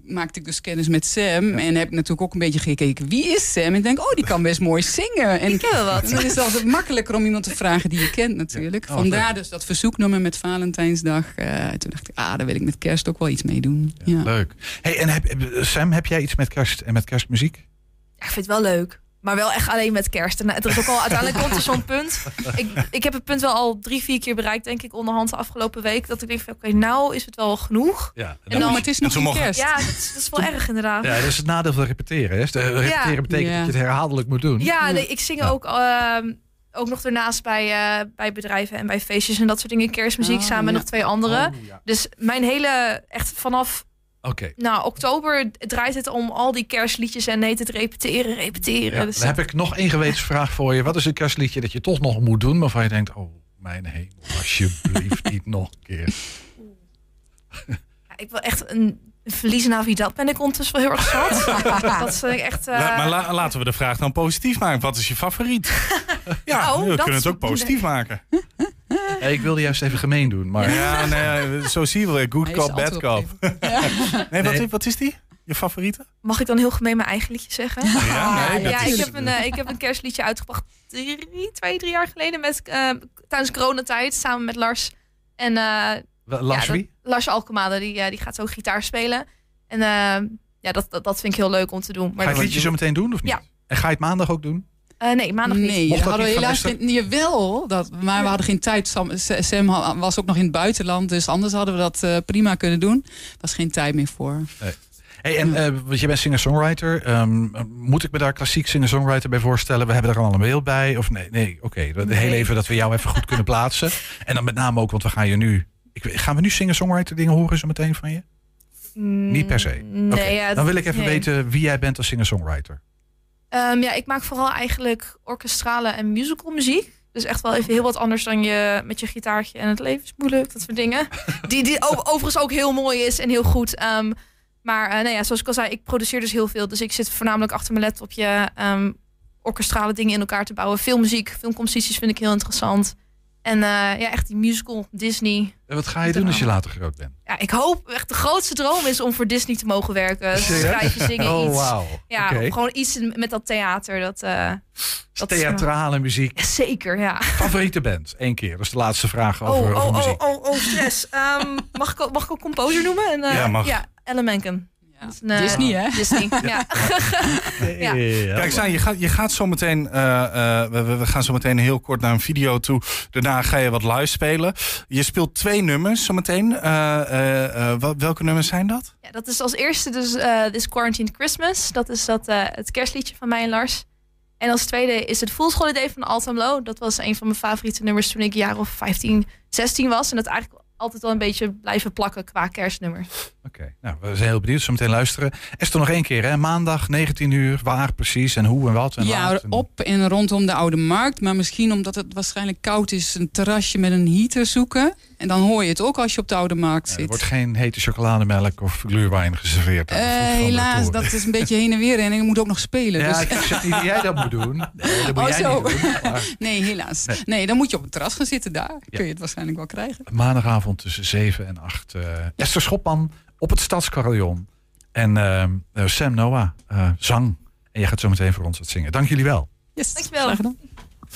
maakte ik dus kennis met Sam. Ja. En heb ik natuurlijk ook een beetje gekeken, wie is Sam? En ik denk, oh, die kan best mooi zingen. En ik ken wel wat. En dan is het altijd makkelijker om iemand te vragen die je kent natuurlijk. Ja. Oh, Vandaar leuk. Dus dat verzoeknummer met Valentijnsdag. Uh, toen dacht ik, ah, daar wil ik met kerst ook wel iets mee doen. Ja, ja. Leuk. Hey, en heb, Sam, heb jij iets met kerst en met kerstmuziek? Ja, ik vind het wel leuk. Maar wel echt alleen met kerst. En het is ook al uiteindelijk komt er zo'n punt. Ik, ik heb het punt wel al drie, vier keer bereikt, denk ik, onderhand de afgelopen week. Dat ik denk van, oké, okay, nou is het wel genoeg. Ja, en en dan, maar het is nog geen kerst. Ja, dat is, dat is wel erg inderdaad. Ja, dat is het nadeel van repeteren. Hè? De repeteren ja. betekent ja. dat je het herhaaldelijk moet doen. Ja, nee, ik zing ja. ook, uh, ook nog daarnaast bij, uh, bij bedrijven en bij feestjes en dat soort dingen. Kerstmuziek oh, samen met ja. nog twee anderen. Oh, ja. Dus mijn hele, echt vanaf... Okay. Nou, oktober draait het om al die kerstliedjes en heet het repeteren, repeteren. Ja, dus dan heb ik nog één gewetensvraag voor je. Wat is een kerstliedje dat je toch nog moet doen, waarvan je denkt, oh mijn hemel, alsjeblieft niet nog een keer. Ja, ik wil echt een verliezen Navidad ben ik ondertussen wel heel erg zat. Dat is echt. Uh... La, maar la, laten we de vraag dan positief maken. Wat is je favoriet? Ja, oh, we kunnen het ook positief nee. maken. Ja, ik wilde juist even gemeen doen, maar... Ja, nee, zo zie je wel. Good cop, bad cop. Ja. Nee, wat, nee. wat is die? Je favoriete? Mag ik dan heel gemeen mijn eigen liedje zeggen? Ja, nee, ja is... ik, heb een, uh, ik heb een kerstliedje uitgebracht drie, twee, drie jaar geleden met, uh, tijdens coronatijd samen met Lars. En, uh, Lars ja, wie? Dat, Lars Alkemade, die, uh, die gaat zo gitaar spelen. En uh, ja, dat, dat, dat vind ik heel leuk om te doen. Maar ga je het liedje zo meteen doen of niet? Ja. En ga je het maandag ook doen? Uh, nee, maandag niet. Nee, Mocht hadden we helaas geen, geen, wel, dat, maar we hadden geen tijd. Sam, Sam was ook nog in het buitenland, dus anders hadden we dat uh, prima kunnen doen. Er was geen tijd meer voor. Nee. Hey, en uh, want je bent singer-songwriter. Um, moet ik me daar klassiek singer-songwriter bij voorstellen? We hebben er al een beeld bij. Of nee, nee oké. Okay. Nee. Heel even dat we jou even goed kunnen plaatsen. En dan met name ook, want we gaan je nu... Ik, gaan we nu singer-songwriter dingen horen zo meteen van je? Mm, Niet per se. Nee, okay. ja, dan wil ik even nee. weten wie jij bent als singer-songwriter. Um, ja, ik maak vooral eigenlijk orkestrale en musical muziek. Dus echt wel even heel wat anders dan je met je gitaartje en het leven is moeilijk. Dat soort dingen. Die, die overigens ook heel mooi is en heel goed. Um, maar uh, nee, ja, zoals ik al zei, ik produceer dus heel veel. Dus ik zit voornamelijk achter mijn laptopje um, orkestrale dingen in elkaar te bouwen. Filmmuziek, filmcomposities vind ik heel interessant. En uh, ja, echt die musical, Disney. En wat ga je doen als je later groot bent? Ja, ik hoop, echt de grootste droom is om voor Disney te mogen werken. Schrijven, zingen, oh, iets. Wow. Ja, okay. gewoon iets met dat theater. Dat, uh, dat theatrale muziek. Ja, zeker, ja. Favoriete band? Eén keer. Dat is de laatste vraag over, oh, over oh, muziek. Oh, oh, oh, stress. um, mag, ik, mag ik ook composer noemen? En, uh, ja, mag. Ja, Alan Menken. Ja. Een, uh, Disney, hè? Disney, ja. ja. ja. Kijk, Saan, je gaat, je gaat zo meteen... Uh, uh, we, we gaan zo meteen heel kort naar een video toe. Daarna ga je wat live spelen. Je speelt twee nummers zo meteen. Uh, uh, uh, welke nummers zijn dat? Ja, dat is als eerste dus uh, This Quarantined Christmas. Dat is dat, uh, het kerstliedje van mij en Lars. En als tweede is het Fool's Holiday van Alton Low. Dat was een van mijn favoriete nummers toen ik een jaar of vijftien, zestien was. En dat eigenlijk altijd wel een beetje blijven plakken qua kerstnummers. Oké, okay. Nou, we zijn heel benieuwd. Zo meteen luisteren. Esther, nog één keer, hè? Maandag, negentien uur. Waar precies en hoe en wat? En ja, laat en... op en rondom de Oude Markt. Maar misschien omdat het waarschijnlijk koud is, een terrasje met een heater zoeken. En dan hoor je het ook als je op de Oude Markt zit. Ja, er wordt geen hete chocolademelk of gluurwijn geserveerd. Uh, helaas, dat is een beetje heen en weer. En ik moet ook nog spelen. Ja, dus. ik zeg niet dat jij dat moet doen. Nee, dat moet oh, jij zo. niet doen. Maar... Nee, helaas. Nee. nee, dan moet je op het terras gaan zitten daar. Ja. Kun je het waarschijnlijk wel krijgen. Maandagavond tussen zeven en acht. Uh, Esther Schopman op het Stadscarillon. En uh, uh, Sam Noah, uh, zang. En jij gaat zo meteen voor ons wat zingen. Dank jullie wel. Yes, dankjewel. Graag gedaan.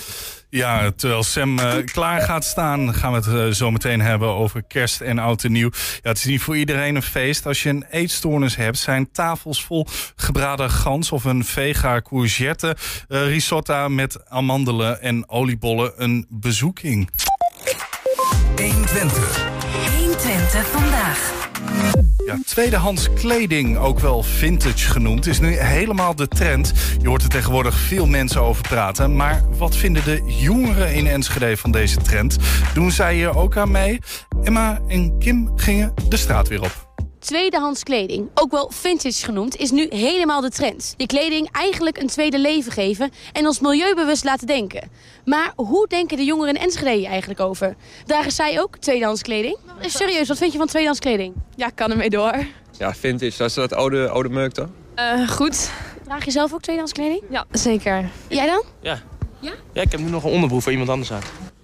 Ja, terwijl Sam uh, klaar gaat staan, gaan we het uh, zo meteen hebben over kerst en oud en nieuw. Ja, het is niet voor iedereen een feest. Als je een eetstoornis hebt, zijn tafels vol gebraden gans of een vega courgette uh, risotta met amandelen en oliebollen een bezoeking. honderdtwintig. honderdtwintig vandaag. Ja, tweedehands kleding, ook wel vintage genoemd, is nu helemaal de trend. Je hoort er tegenwoordig veel mensen over praten. Maar wat vinden de jongeren in Enschede van deze trend? Doen zij hier ook aan mee? Emma en Kim gingen de straat weer op. Tweedehands kleding, ook wel vintage genoemd, is nu helemaal de trend. Je kleding eigenlijk een tweede leven geven en ons milieubewust laten denken. Maar hoe denken de jongeren in Enschede hier eigenlijk over? Dragen zij ook tweedehands kleding? Serieus, wat vind je van tweedehands kleding? Ja, kan ermee door. Ja, vintage, dat is dat oude, oude meuk toch? Uh, goed. Draag je zelf ook tweedehands kleding? Ja, zeker. Jij dan? Ja. Ja? Ja, ik heb nu nog een onderbroek voor iemand anders aan.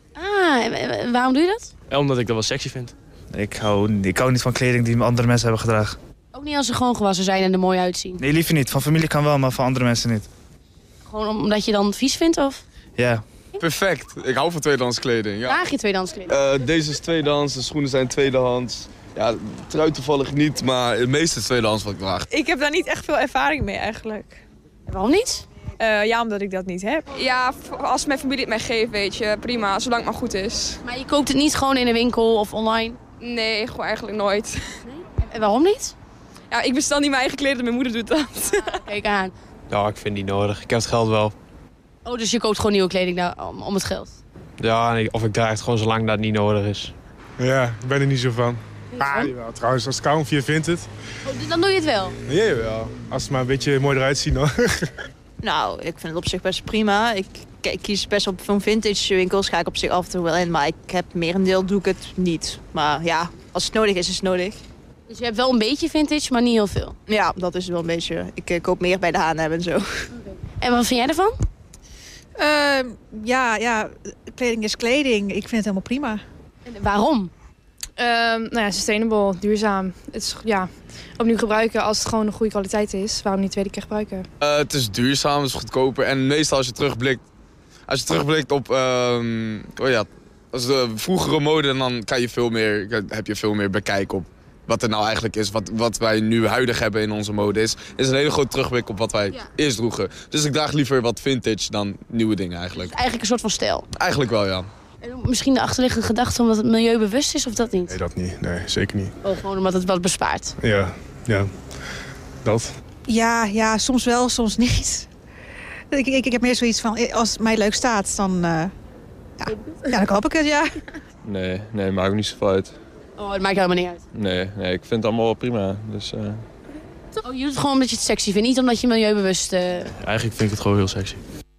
Ah, waarom doe je dat? Ja, omdat ik dat wel sexy vind. Ik hou, ik hou niet van kleding die andere mensen hebben gedragen. Ook niet als ze gewoon gewassen zijn en er mooi uitzien? Nee, liever niet. Van familie kan wel, maar van andere mensen niet. Gewoon omdat je dan vies vindt, of? Ja. Perfect. Ik hou van tweedehands kleding. Ja. Draag je tweedehands kleding? Uh, deze is tweedehands, de schoenen zijn tweedehands. Ja, trui toevallig niet, maar het meeste is tweedehands wat ik draag. Ik heb daar niet echt veel ervaring mee eigenlijk. Waarom niet? Uh, ja, omdat ik dat niet heb. Ja, als mijn familie het mij geeft, weet je, prima, zolang het maar goed is. Maar je koopt het niet gewoon in een winkel of online? Nee, gewoon eigenlijk nooit. Nee? En waarom niet? Ja, ik bestel niet mijn eigen kleding, mijn moeder doet dat. Kijk aan. Ja, ik vind het niet nodig. Ik heb het geld wel. Oh, dus je koopt gewoon nieuwe kleding daar om, om het geld? Ja, nee, of ik draag het gewoon zolang dat het niet nodig is. Ja, ik ben er niet zo van. Ah, jawel, trouwens, als het koud je vindt het. Oh, dan doe je het wel? Ja, jawel. Als het maar een beetje mooi eruit ziet, hoor. Nou, ik vind het op zich best prima. Ik, ik kies best op van vintage winkels, ga ik op zich af en toe wel in. Maar ik heb merendeel doe ik het niet. Maar ja, als het nodig is, is het nodig. Dus je hebt wel een beetje vintage, maar niet heel veel? Ja, dat is wel een beetje. Ik uh, koop meer bij de H en M en zo. Okay. En wat vind jij ervan? Uh, ja, ja, kleding is kleding. Ik vind het helemaal prima. En waarom? Uh, nou ja, sustainable, duurzaam. Het is ja, opnieuw gebruiken als het gewoon een goede kwaliteit is. Waarom niet tweede keer gebruiken? Uh, het is duurzaam, het is goedkoper. En meestal als je terugblikt, als je terugblikt op uh, oh ja, als de vroegere mode, dan kan je veel meer, heb je veel meer bekijk op wat er nou eigenlijk is. Wat, wat wij nu huidig hebben in onze mode is, is een hele grote terugblik op wat wij ja. eerst droegen. Dus ik draag liever wat vintage dan nieuwe dingen eigenlijk. Dus eigenlijk een soort van stijl? Eigenlijk wel, ja. En misschien de achterliggende gedachte omdat het milieubewust is of dat niet? Nee, dat niet. Nee, zeker niet. Oh, gewoon omdat het wat bespaart? Ja, ja. Dat. Ja, ja, soms wel, soms niet. Ik, ik, ik heb meer zoiets van, als het mij leuk staat, dan, uh, ja. ja, dan koop ik het, ja. Nee, nee, maakt me niet zoveel uit. Oh, het maakt helemaal niet uit? Nee, nee, ik vind het allemaal wel prima. Dus, uh... Oh, je doet het gewoon omdat je het sexy vindt, niet omdat je milieubewust... Uh... Eigenlijk vind ik het gewoon heel sexy.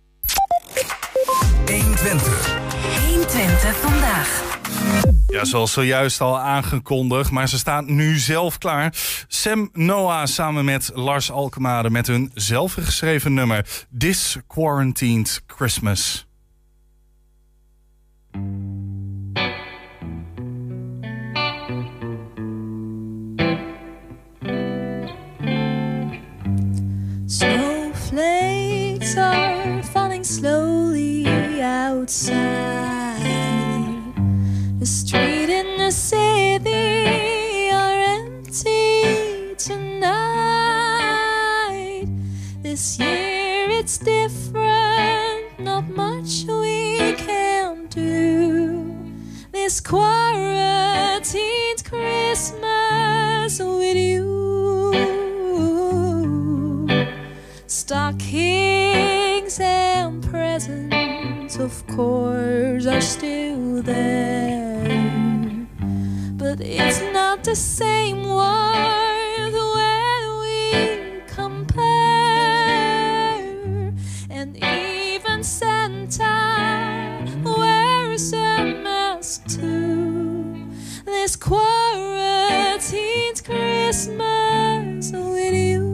honderdtwintig. honderdtwintig vandaag. Ja, zoals zojuist al aangekondigd, maar ze staan nu zelf klaar. Sam Noah samen met Lars Alkemade met hun zelfgeschreven nummer This Quarantined Christmas. Snowflakes are falling slowly outside. The street and the city are empty tonight. This year it's different, not much we can do. This quarantined Christmas with you. Stockings and presents, of course, are still there, but it's not the same world when we compare. And even Santa wears a mask too. This quarantined Christmas with you.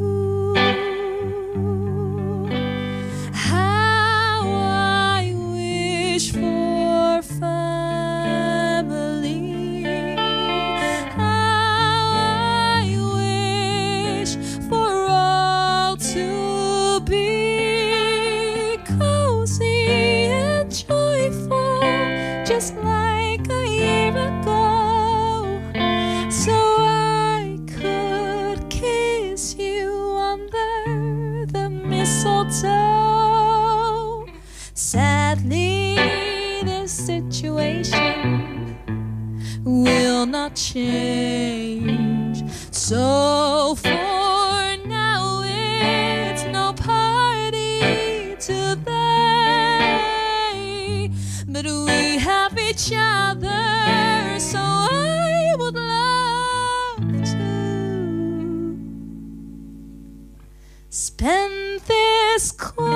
Just like a year ago, so I could kiss you under the mistletoe. Sadly, the situation will not change, so for now it's no party today, but we have each other, so I would love to spend this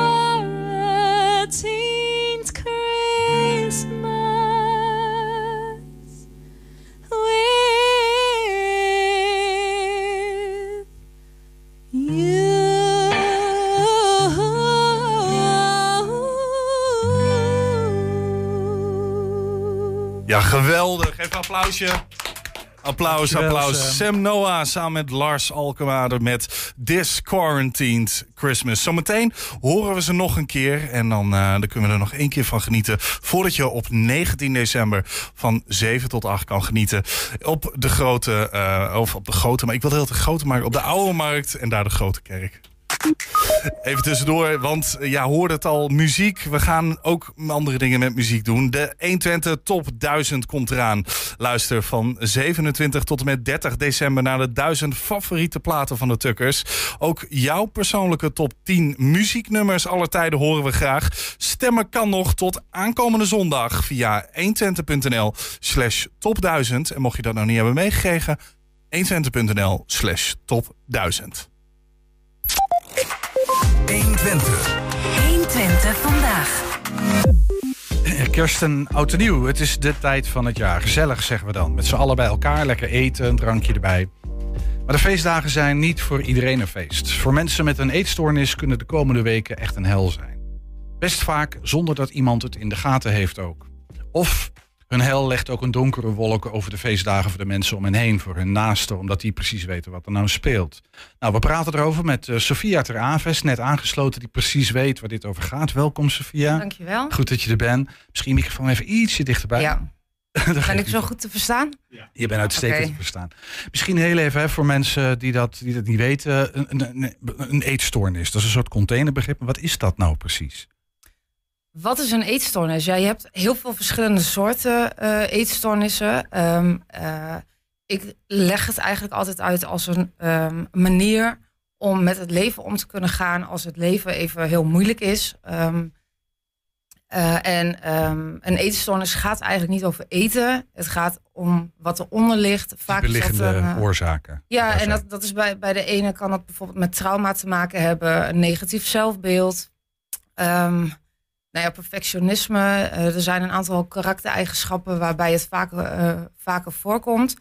quarantined Christmas with you. Ja, geweldig. Even een applausje. Applaus, Dankjewel, applaus. Sam. Sam Noah samen met Lars Alkemade met This Quarantined Christmas. Zometeen horen we ze nog een keer. En dan, uh, dan kunnen we er nog één keer van genieten. Voordat je op negentien december van zeven tot acht kan genieten. Op de grote, uh, of op de grote, maar ik wil heel de grote markt. Op de Oude Markt en daar de Grote Kerk. Even tussendoor, want ja, hoorde het al, muziek. We gaan ook andere dingen met muziek doen. De honderdtwintig Top duizend komt eraan. Luister van zevenentwintig tot en met dertig december naar de duizend favoriete platen van de Tukkers. Ook jouw persoonlijke top tien muzieknummers aller tijden horen we graag. Stemmen kan nog tot aankomende zondag via honderdtwintig.nl slash top duizend. En mocht je dat nou niet hebben meegekregen, honderdtwintig.nl slash top duizend. honderdtwintig. honderdtwintig vandaag. Kerst en oud en nieuw. Het is de tijd van het jaar. Gezellig, zeggen we dan. Met z'n allen bij elkaar. Lekker eten, een drankje erbij. Maar de feestdagen zijn niet voor iedereen een feest. Voor mensen met een eetstoornis kunnen de komende weken echt een hel zijn. Best vaak zonder dat iemand het in de gaten heeft ook. Of hun hel legt ook een donkere wolk over de feestdagen voor de mensen om hen heen. Voor hun naasten, omdat die precies weten wat er nou speelt. Nou, we praten erover met uh, Sophia ter Aves, net aangesloten, die precies weet waar dit over gaat. Welkom, Sophia. Dankjewel. Goed dat je er bent. Misschien microfoon even ietsje dichterbij. Ja. Ben ik zo goed te verstaan? Ja. Je bent uitstekend Okay. te verstaan. Misschien heel even hè, voor mensen die dat, die dat niet weten. Een, een, een eetstoornis, dat is een soort containerbegrip. Maar wat is dat nou precies? Wat is een eetstoornis? Ja, je hebt heel veel verschillende soorten uh, eetstoornissen. Um, uh, ik leg het eigenlijk altijd uit als een um, manier om met het leven om te kunnen gaan als het leven even heel moeilijk is. Um, uh, en um, een eetstoornis gaat eigenlijk niet over eten. Het gaat om wat eronder ligt. Vaak beliggende is dat, uh, oorzaken. Ja, en dat, dat is bij, bij de ene kan dat bijvoorbeeld met trauma te maken hebben. Een negatief zelfbeeld. Um, Nou ja, perfectionisme. Uh, er zijn een aantal karaktereigenschappen waarbij het vaker, uh, vaker voorkomt.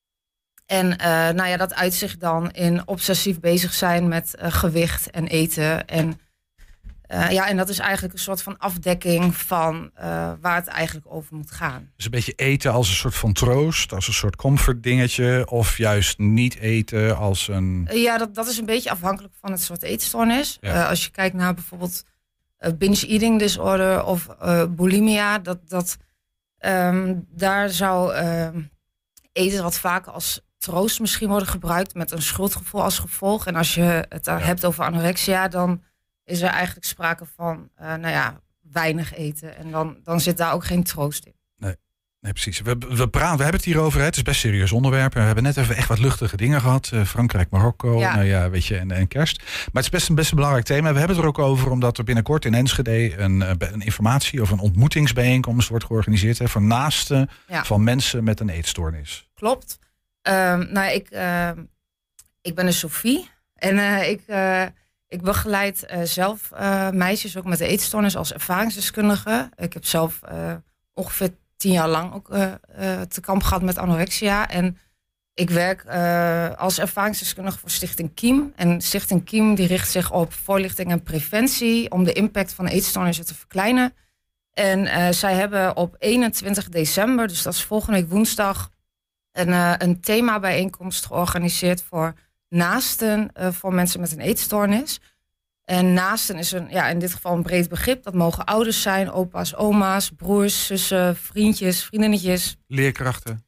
En uh, nou ja, dat uit zich dan in obsessief bezig zijn met uh, gewicht en eten. En, uh, ja, en dat is eigenlijk een soort van afdekking van uh, waar het eigenlijk over moet gaan. Dus een beetje eten als een soort van troost, als een soort comfort dingetje. Of juist niet eten als een... Uh, ja, dat, dat is een beetje afhankelijk van het soort eetstoornis. Ja. Uh, als je kijkt naar bijvoorbeeld Uh, binge eating disorder of uh, bulimia, dat, dat, um, daar zou uh, eten wat vaker als troost misschien worden gebruikt met een schuldgevoel als gevolg. En als je het ja. hebt over anorexia, dan is er eigenlijk sprake van uh, nou ja, weinig eten. En dan, dan zit daar ook geen troost in. Nee. Nee, precies. We, we, praten, we hebben het hier over. Hè. Het is best een serieus onderwerp. We hebben net even echt wat luchtige dingen gehad. Uh, Frankrijk, Marokko, ja. Nou ja, weet je, en, en kerst. Maar het is best een, best een belangrijk thema. We hebben het er ook over omdat er binnenkort in Enschede een, een informatie- of een ontmoetingsbijeenkomst wordt georganiseerd. Hè, voor naasten ja. van mensen met een eetstoornis. Klopt. Um, nou ja, ik, uh, ik ben een Sophie. En uh, ik, uh, ik begeleid uh, zelf uh, meisjes ook met een eetstoornis als ervaringsdeskundige. Ik heb zelf uh, ongeveer tien jaar lang ook uh, uh, te kamp gehad met anorexia. En ik werk uh, als ervaringsdeskundige voor Stichting Kiem. En Stichting Kiem die richt zich op voorlichting en preventie om de impact van eetstoornissen te verkleinen. En uh, zij hebben op eenentwintig december, dus dat is volgende week woensdag, een, uh, een themabijeenkomst georganiseerd voor naasten uh, voor mensen met een eetstoornis. En naasten is een, ja, in dit geval een breed begrip. Dat mogen ouders zijn, opa's, oma's, broers, zussen, vriendjes, vriendinnetjes. Leerkrachten.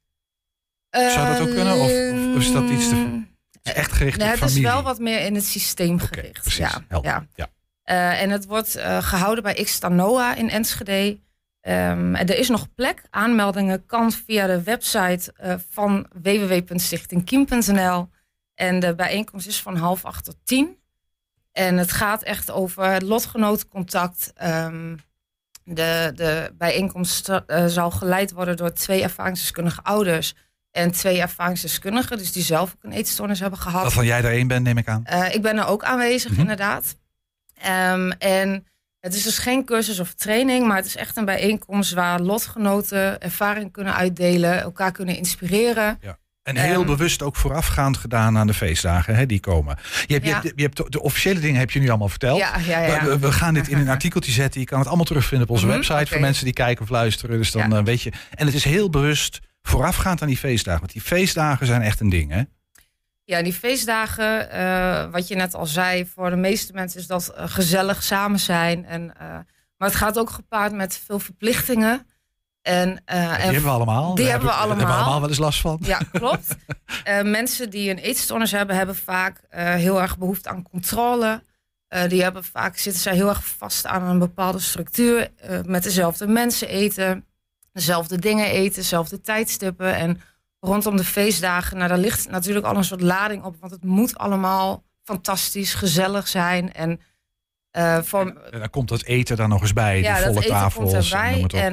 Zou dat ook kunnen? Of, of is dat iets te... Het is echt gericht nee, op familie? Het is wel wat meer in het systeem okay, gericht. Precies, ja, ja. ja. Uh, en het wordt uh, gehouden bij X Tanoa in Enschede. Um, en er is nog plek. Aanmeldingen kan via de website uh, van w w w punt stichting kiem punt n l. En de bijeenkomst is van half acht tot tien. En het gaat echt over het lotgenotencontact. Um, de, de bijeenkomst uh, zal geleid worden door twee ervaringsdeskundige ouders en twee ervaringsdeskundigen, dus die zelf ook een eetstoornis hebben gehad. Waarvan jij er één bent, neem ik aan. Uh, ik ben er ook aanwezig, mm-hmm. inderdaad. Um, en het is dus geen cursus of training, maar het is echt een bijeenkomst waar lotgenoten ervaring kunnen uitdelen, elkaar kunnen inspireren. Ja. En heel um, bewust ook voorafgaand gedaan aan de feestdagen hè, die komen. Je hebt, ja. je, hebt, je hebt de officiële dingen heb je nu allemaal verteld. Ja, ja, ja. We, we gaan dit in een artikeltje zetten. Je kan het allemaal terugvinden op onze mm-hmm, website okay. voor mensen die kijken of luisteren. Dus dan ja. uh, weet je. En het is heel bewust voorafgaand aan die feestdagen? Want die feestdagen zijn echt een ding, hè? Ja, die feestdagen, uh, wat je net al zei, voor de meeste mensen is dat uh, gezellig samen zijn. En, uh, maar het gaat ook gepaard met veel verplichtingen. En, uh, die en hebben we allemaal. Die Daar hebben we heb ik, allemaal. Daar hebben we allemaal wel eens last van. Ja, klopt. uh, mensen die een eetstoornis hebben, hebben vaak uh, heel erg behoefte aan controle. Uh, die hebben vaak, zitten zij heel erg vast aan een bepaalde structuur. Uh, met dezelfde mensen eten, dezelfde dingen eten, dezelfde tijdstippen. En rondom de feestdagen, nou, daar ligt natuurlijk al een soort lading op. Want het moet allemaal fantastisch, gezellig zijn. En, uh, voor... en dan komt dat eten daar nog eens bij. Ja, die volle dat eten tafels. komt erbij. En, noem het op, en,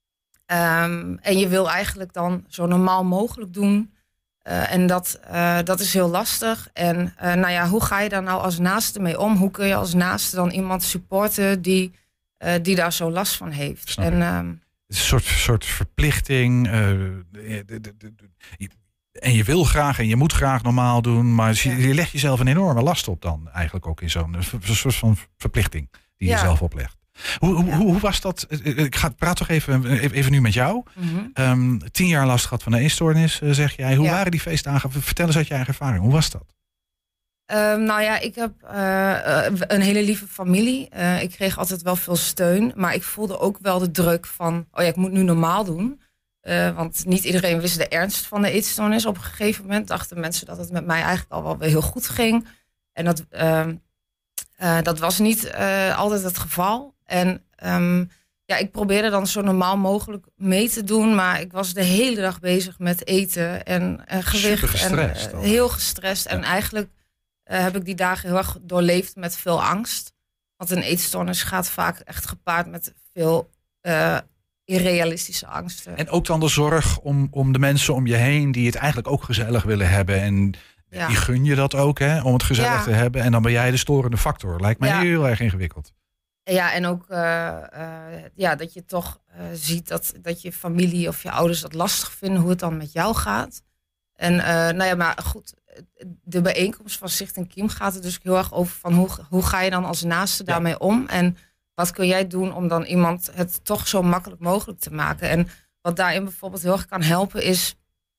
ja. um, en je wil eigenlijk dan zo normaal mogelijk doen. Uh, en dat, uh, dat is heel lastig. En uh, nou ja, hoe ga je daar nou als naaste mee om? Hoe kun je als naaste dan iemand supporten die, uh, die daar zo last van heeft? Snap en, um, het is een soort, soort verplichting. Uh, de, de, de, de, je, en je wil graag en je moet graag normaal doen. Maar je, je legt jezelf een enorme last op dan. Eigenlijk ook in zo'n een soort van verplichting die je ja. zelf oplegt. Hoe, hoe, hoe, hoe was dat? Ik ga, praat toch even, even nu met jou. Mm-hmm. Um, tien jaar last gehad van een eetstoornis, zeg jij. Hoe ja. waren die feestdagen? Vertel eens uit je eigen ervaring. Hoe was dat? Um, nou ja, ik heb uh, een hele lieve familie. Uh, ik kreeg altijd wel veel steun. Maar ik voelde ook wel de druk van... oh ja, ik moet nu normaal doen. Uh, want niet iedereen wist de ernst van de eetstoornis. Op een gegeven moment dachten mensen dat het met mij eigenlijk al wel weer heel goed ging. En dat, uh, uh, dat was niet uh, altijd het geval. En um, ja, ik probeerde dan zo normaal mogelijk mee te doen. Maar ik was de hele dag bezig met eten en, en gewicht. Super gestrest, en uh, heel gestrest. Ja. En eigenlijk uh, heb ik die dagen heel erg doorleefd met veel angst. Want een eetstoornis gaat vaak echt gepaard met veel uh, irrealistische angsten. En ook dan de zorg om, om de mensen om je heen die het eigenlijk ook gezellig willen hebben. En ja. die gun je dat ook, hè, om het gezellig ja. te hebben. En dan ben jij de storende factor. Lijkt mij ja. heel erg ingewikkeld. Ja, en ook uh, uh, ja, dat je toch uh, ziet dat, dat je familie of je ouders dat lastig vinden hoe het dan met jou gaat. En uh, nou ja, maar goed, de bijeenkomst van Stichting Kiem gaat er dus heel erg over van hoe, hoe ga je dan als naaste ja. daarmee om? En wat kun jij doen om dan iemand het toch zo makkelijk mogelijk te maken? En wat daarin bijvoorbeeld heel erg kan helpen is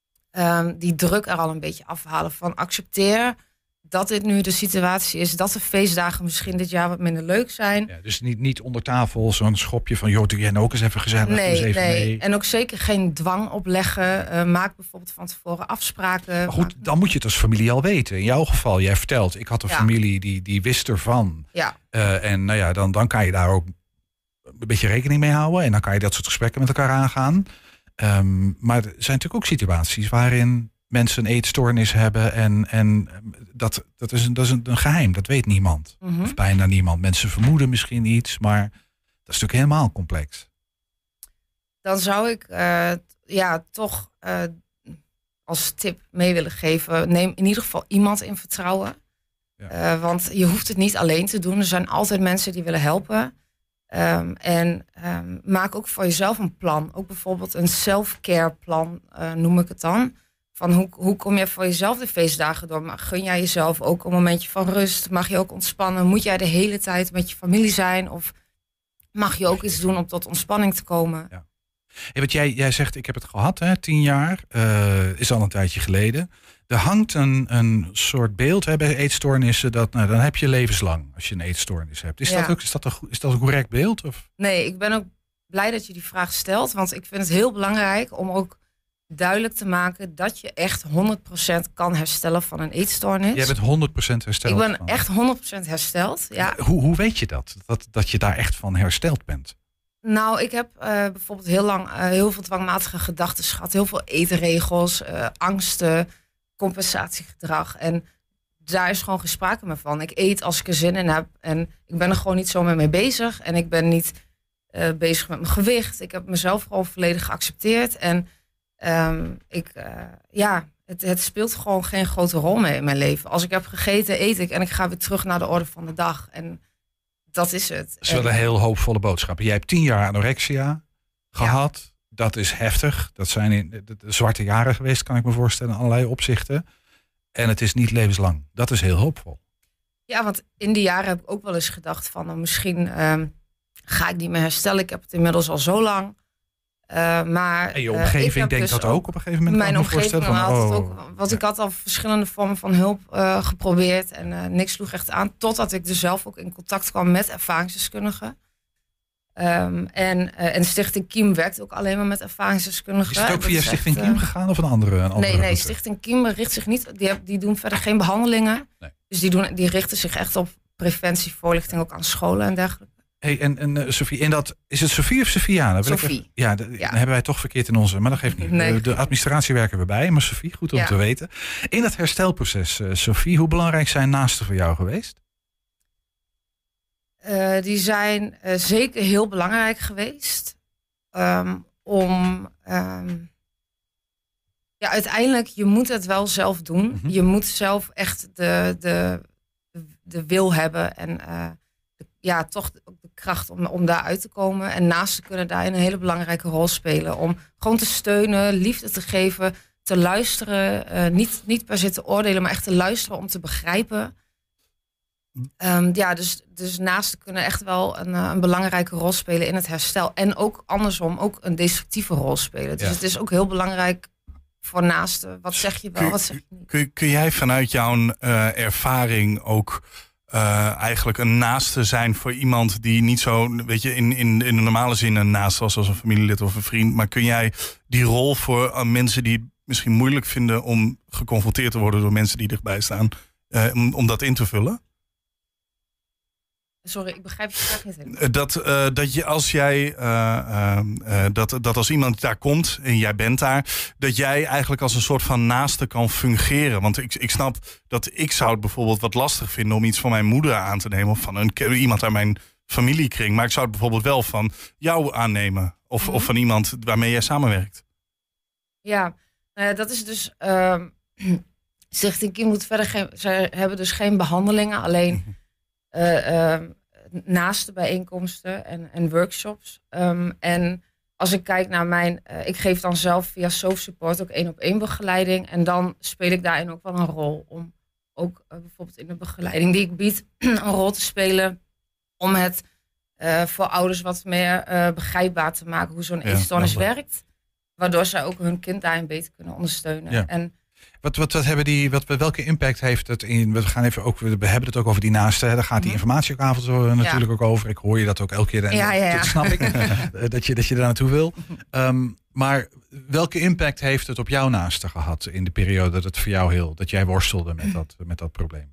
um, die druk er al een beetje afhalen van accepteer dat dit nu de situatie is, dat de feestdagen misschien dit jaar wat minder leuk zijn. Ja, dus niet, niet onder tafel zo'n schopje van, joh, doe jij nou ook eens even gezellig? Nee, eens even nee. mee. En ook zeker geen dwang opleggen. Uh, maak bijvoorbeeld van tevoren afspraken. Maar goed, dan moet je het als familie al weten. In jouw geval, jij vertelt, ik had een ja. familie die, die wist ervan. Ja. Uh, en nou ja, dan, dan kan je daar ook een beetje rekening mee houden. En dan kan je dat soort gesprekken met elkaar aangaan. Um, maar er zijn natuurlijk ook situaties waarin mensen een eetstoornis hebben en, en dat, dat is, een, dat is een, een geheim, dat weet niemand. Mm-hmm. Of bijna niemand. Mensen vermoeden misschien iets, maar dat is natuurlijk helemaal complex. Dan zou ik uh, ja, toch uh, als tip mee willen geven, neem in ieder geval iemand in vertrouwen. Ja. Uh, want je hoeft het niet alleen te doen. Er zijn altijd mensen die willen helpen. Um, en um, maak ook voor jezelf een plan. Ook bijvoorbeeld een self-care plan, uh, noem ik het dan. Van hoe, hoe kom je voor jezelf de feestdagen door? Maar gun jij jezelf ook een momentje van rust? Mag je ook ontspannen? Moet jij de hele tijd met je familie zijn? Of mag je ook iets doen om tot ontspanning te komen? Ja. Hey, wat jij, jij zegt, ik heb het gehad, hè, tien jaar. Uh, is al een tijdje geleden. Er hangt een, een soort beeld hè, bij eetstoornissen. Dat, nou, dan heb je levenslang als je een eetstoornis hebt. Is, ja. dat, ook, is, dat, een, is dat een correct beeld? Of? Nee, ik ben ook blij dat je die vraag stelt. Want ik vind het heel belangrijk om ook duidelijk te maken dat je echt honderd procent kan herstellen van een eetstoornis. Jij bent honderd procent hersteld? Ik ben van. echt honderd procent hersteld, ja. Hoe, hoe weet je dat? dat? Dat je daar echt van hersteld bent? Nou, ik heb uh, bijvoorbeeld heel lang uh, heel veel dwangmatige gedachten gehad. Heel veel eetregels, uh, angsten, compensatiegedrag. En daar is gewoon geen sprake meer van. Ik eet als ik er zin in heb. En ik ben er gewoon niet zo mee bezig. En ik ben niet uh, bezig met mijn gewicht. Ik heb mezelf gewoon volledig geaccepteerd. En Um, ik, uh, ja, het, het speelt gewoon geen grote rol meer in mijn leven. Als ik heb gegeten, eet ik en ik ga weer terug naar de orde van de dag. En dat is het. Dat is wel een heel hoopvolle boodschap. Jij hebt tien jaar anorexia gehad. Ja. Dat is heftig. Dat zijn in, de, de zwarte jaren geweest, kan ik me voorstellen, in allerlei opzichten. En het is niet levenslang. Dat is heel hoopvol. Ja, want in die jaren heb ik ook wel eens gedacht van, nou, misschien um, ga ik niet meer herstellen. Ik heb het inmiddels al zo lang. Uh, maar, en je omgeving uh, denkt dus dat ook op een gegeven moment? Mijn omgeving van, had oh, het ook. Want ja. ik had al verschillende vormen van hulp uh, geprobeerd. En uh, niks sloeg echt aan. Totdat ik dus zelf ook in contact kwam met ervaringsdeskundigen. Um, en, uh, en Stichting Kiem werkt ook alleen maar met ervaringsdeskundigen. Is het ook via Stichting echt, Kiem gegaan of een andere? Een andere nee, nee, route? Stichting Kiem richt zich niet. Die, heb, die doen verder geen behandelingen. Nee. Dus die, doen, die richten zich echt op preventie, voorlichting ook aan scholen en dergelijke. Hey, en, en uh, Sophie, in dat, is het Sophie of Sofiane? Sophie. Ik, ja, de, ja, dan hebben wij toch verkeerd in onze, maar dat geeft niet. Nee. De, de administratie werken we bij, maar Sophie, goed om ja. te weten. In dat herstelproces, uh, Sophie, hoe belangrijk zijn naasten voor jou geweest? Uh, die zijn uh, zeker heel belangrijk geweest. Um, om, um, ja, uiteindelijk, je moet het wel zelf doen. Mm-hmm. Je moet zelf echt de, de, de wil hebben en uh, de, ja, toch de, de kracht om, om daar uit te komen. En naasten kunnen daarin een hele belangrijke rol spelen. Om gewoon te steunen, liefde te geven, te luisteren. Uh, niet, niet per se te oordelen, maar echt te luisteren om te begrijpen. Um, ja, dus, dus naasten kunnen echt wel een, een belangrijke rol spelen in het herstel. En ook andersom, ook een destructieve rol spelen. Dus ja. het is ook heel belangrijk voor naasten. Wat zeg je wel, kun, wat zeg je niet? Kun, kun jij vanuit jouw uh, ervaring ook uh, eigenlijk een naaste zijn voor iemand die niet zo, weet je, in, in, in de normale zin een naaste was, als een familielid of een vriend. Maar kun jij die rol voor uh, mensen die het misschien moeilijk vinden om geconfronteerd te worden door mensen die dichtbij staan, uh, om, om dat in te vullen? Sorry, ik begrijp het graag niet helemaal. Dat, uh, dat je als jij uh, uh, uh, dat, dat als iemand daar komt en jij bent daar, dat jij eigenlijk als een soort van naaste kan fungeren. Want ik, ik snap dat ik zou het bijvoorbeeld wat lastig vinden om iets van mijn moeder aan te nemen of van een, iemand uit mijn familiekring. Maar ik zou het bijvoorbeeld wel van jou aannemen of, mm-hmm. of van iemand waarmee jij samenwerkt. Ja, uh, dat is dus. Uh, Stichting Kiem moet verder geen. Zij hebben dus geen behandelingen, alleen. Mm-hmm. Uh, uh, naast de bijeenkomsten en, en workshops. Um, en als ik kijk naar mijn... Uh, ik geef dan zelf via Soft Support ook één op één begeleiding. En dan speel ik daarin ook wel een rol. Om ook uh, bijvoorbeeld in de begeleiding die ik bied... een rol te spelen om het uh, voor ouders wat meer uh, begrijpbaar te maken... hoe zo'n ja, eetstoornis werkt. Waardoor zij ook hun kind daarin beter kunnen ondersteunen. Ja. En Wat, wat, wat hebben die, wat, welke impact heeft het in? We gaan even ook, we hebben het ook over die naasten. Daar gaat die informatie ook avond natuurlijk ja. ook over. Ik hoor je dat ook elke keer. En ja, ja, ja. Dat snap ik. dat, je, dat je daar naartoe wil. Um, maar welke impact heeft het op jouw naasten gehad in de periode dat het voor jou heel, dat jij worstelde met dat, met dat probleem?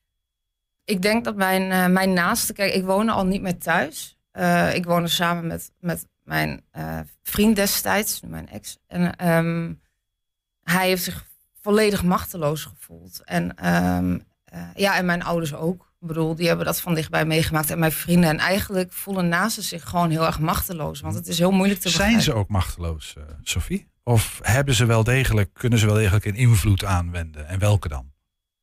Ik denk dat mijn, uh, mijn naasten, kijk, ik woonde al niet meer thuis. Uh, ik woonde samen met, met mijn uh, vriend destijds, mijn ex. En um, hij heeft zich volledig machteloos gevoeld. En, um, uh, ja, en mijn ouders ook. Ik bedoel, die hebben dat van dichtbij meegemaakt. En mijn vrienden. En eigenlijk voelen naasten zich gewoon heel erg machteloos. Want het is heel moeilijk te begrijpen. Zijn ze ook machteloos, uh, Sophie? Of hebben ze wel degelijk, kunnen ze wel degelijk een invloed aanwenden? En welke dan?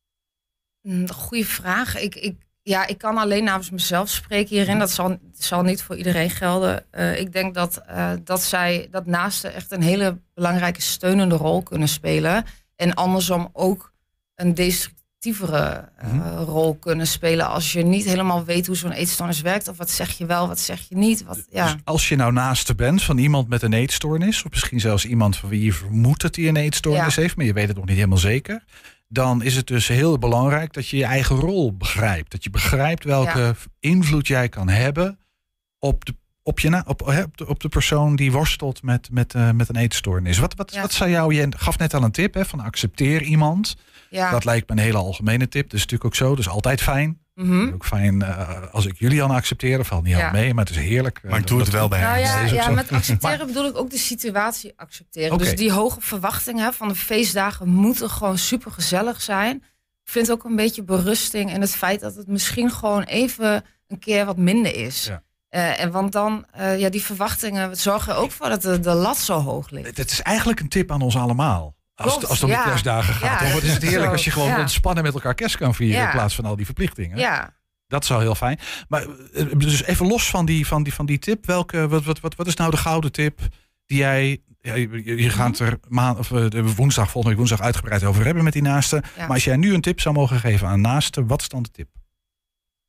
Mm, goeie vraag. Ik, ik, ja, ik kan alleen namens mezelf spreken hierin. Dat zal, zal niet voor iedereen gelden. Uh, ik denk dat, uh, dat zij, dat naasten echt een hele belangrijke steunende rol kunnen spelen. En andersom ook een destructievere uh, mm-hmm. rol kunnen spelen. Als je niet helemaal weet hoe zo'n eetstoornis werkt. Of wat zeg je wel, wat zeg je niet. Wat, ja. Dus als je nou naaste bent van iemand met een eetstoornis. Of misschien zelfs iemand van wie je vermoedt dat hij een eetstoornis ja. heeft. Maar je weet het nog niet helemaal zeker. Dan is het dus heel belangrijk dat je je eigen rol begrijpt. Dat je begrijpt welke ja. invloed jij kan hebben op de Op, je na, op, op, de, op de persoon die worstelt met, met, uh, met een eetstoornis. Wat, wat, ja. wat zou jou, je gaf net al een tip hè, van accepteer iemand. Ja. Dat lijkt me een hele algemene tip. Dat is natuurlijk ook zo. Dat is altijd fijn. Mm-hmm. Ook fijn uh, als ik Julian accepteer. Dat valt niet ja. al mee, maar het is heerlijk. Maar ik doe het wel bij nou, hem. Ja, ja, ja met accepteren maar, bedoel ik ook de situatie accepteren. Okay. Dus die hoge verwachtingen van de feestdagen moeten gewoon super gezellig zijn. Ik vind ook een beetje berusting in het feit dat het misschien gewoon even een keer wat minder is. Ja. Uh, en want dan, uh, ja, die verwachtingen zorgen er ook voor dat de, de lat zo hoog ligt. Het is eigenlijk een tip aan ons allemaal. Als, Klopt, als het om ja. de kerstdagen gaat. Ja, wat is het heerlijk zo. Als je gewoon ja. ontspannen met elkaar kerst kan vieren. Ja. In plaats van al die verplichtingen. Ja. Dat is wel heel fijn. Maar dus even los van die, van die, van die tip. Welke, wat, wat, wat, wat is nou de gouden tip die jij... Ja, je, je gaat er maand, of, uh, woensdag, volgende week woensdag uitgebreid over hebben met die naasten. Ja. Maar als jij nu een tip zou mogen geven aan naasten, wat is dan de tip?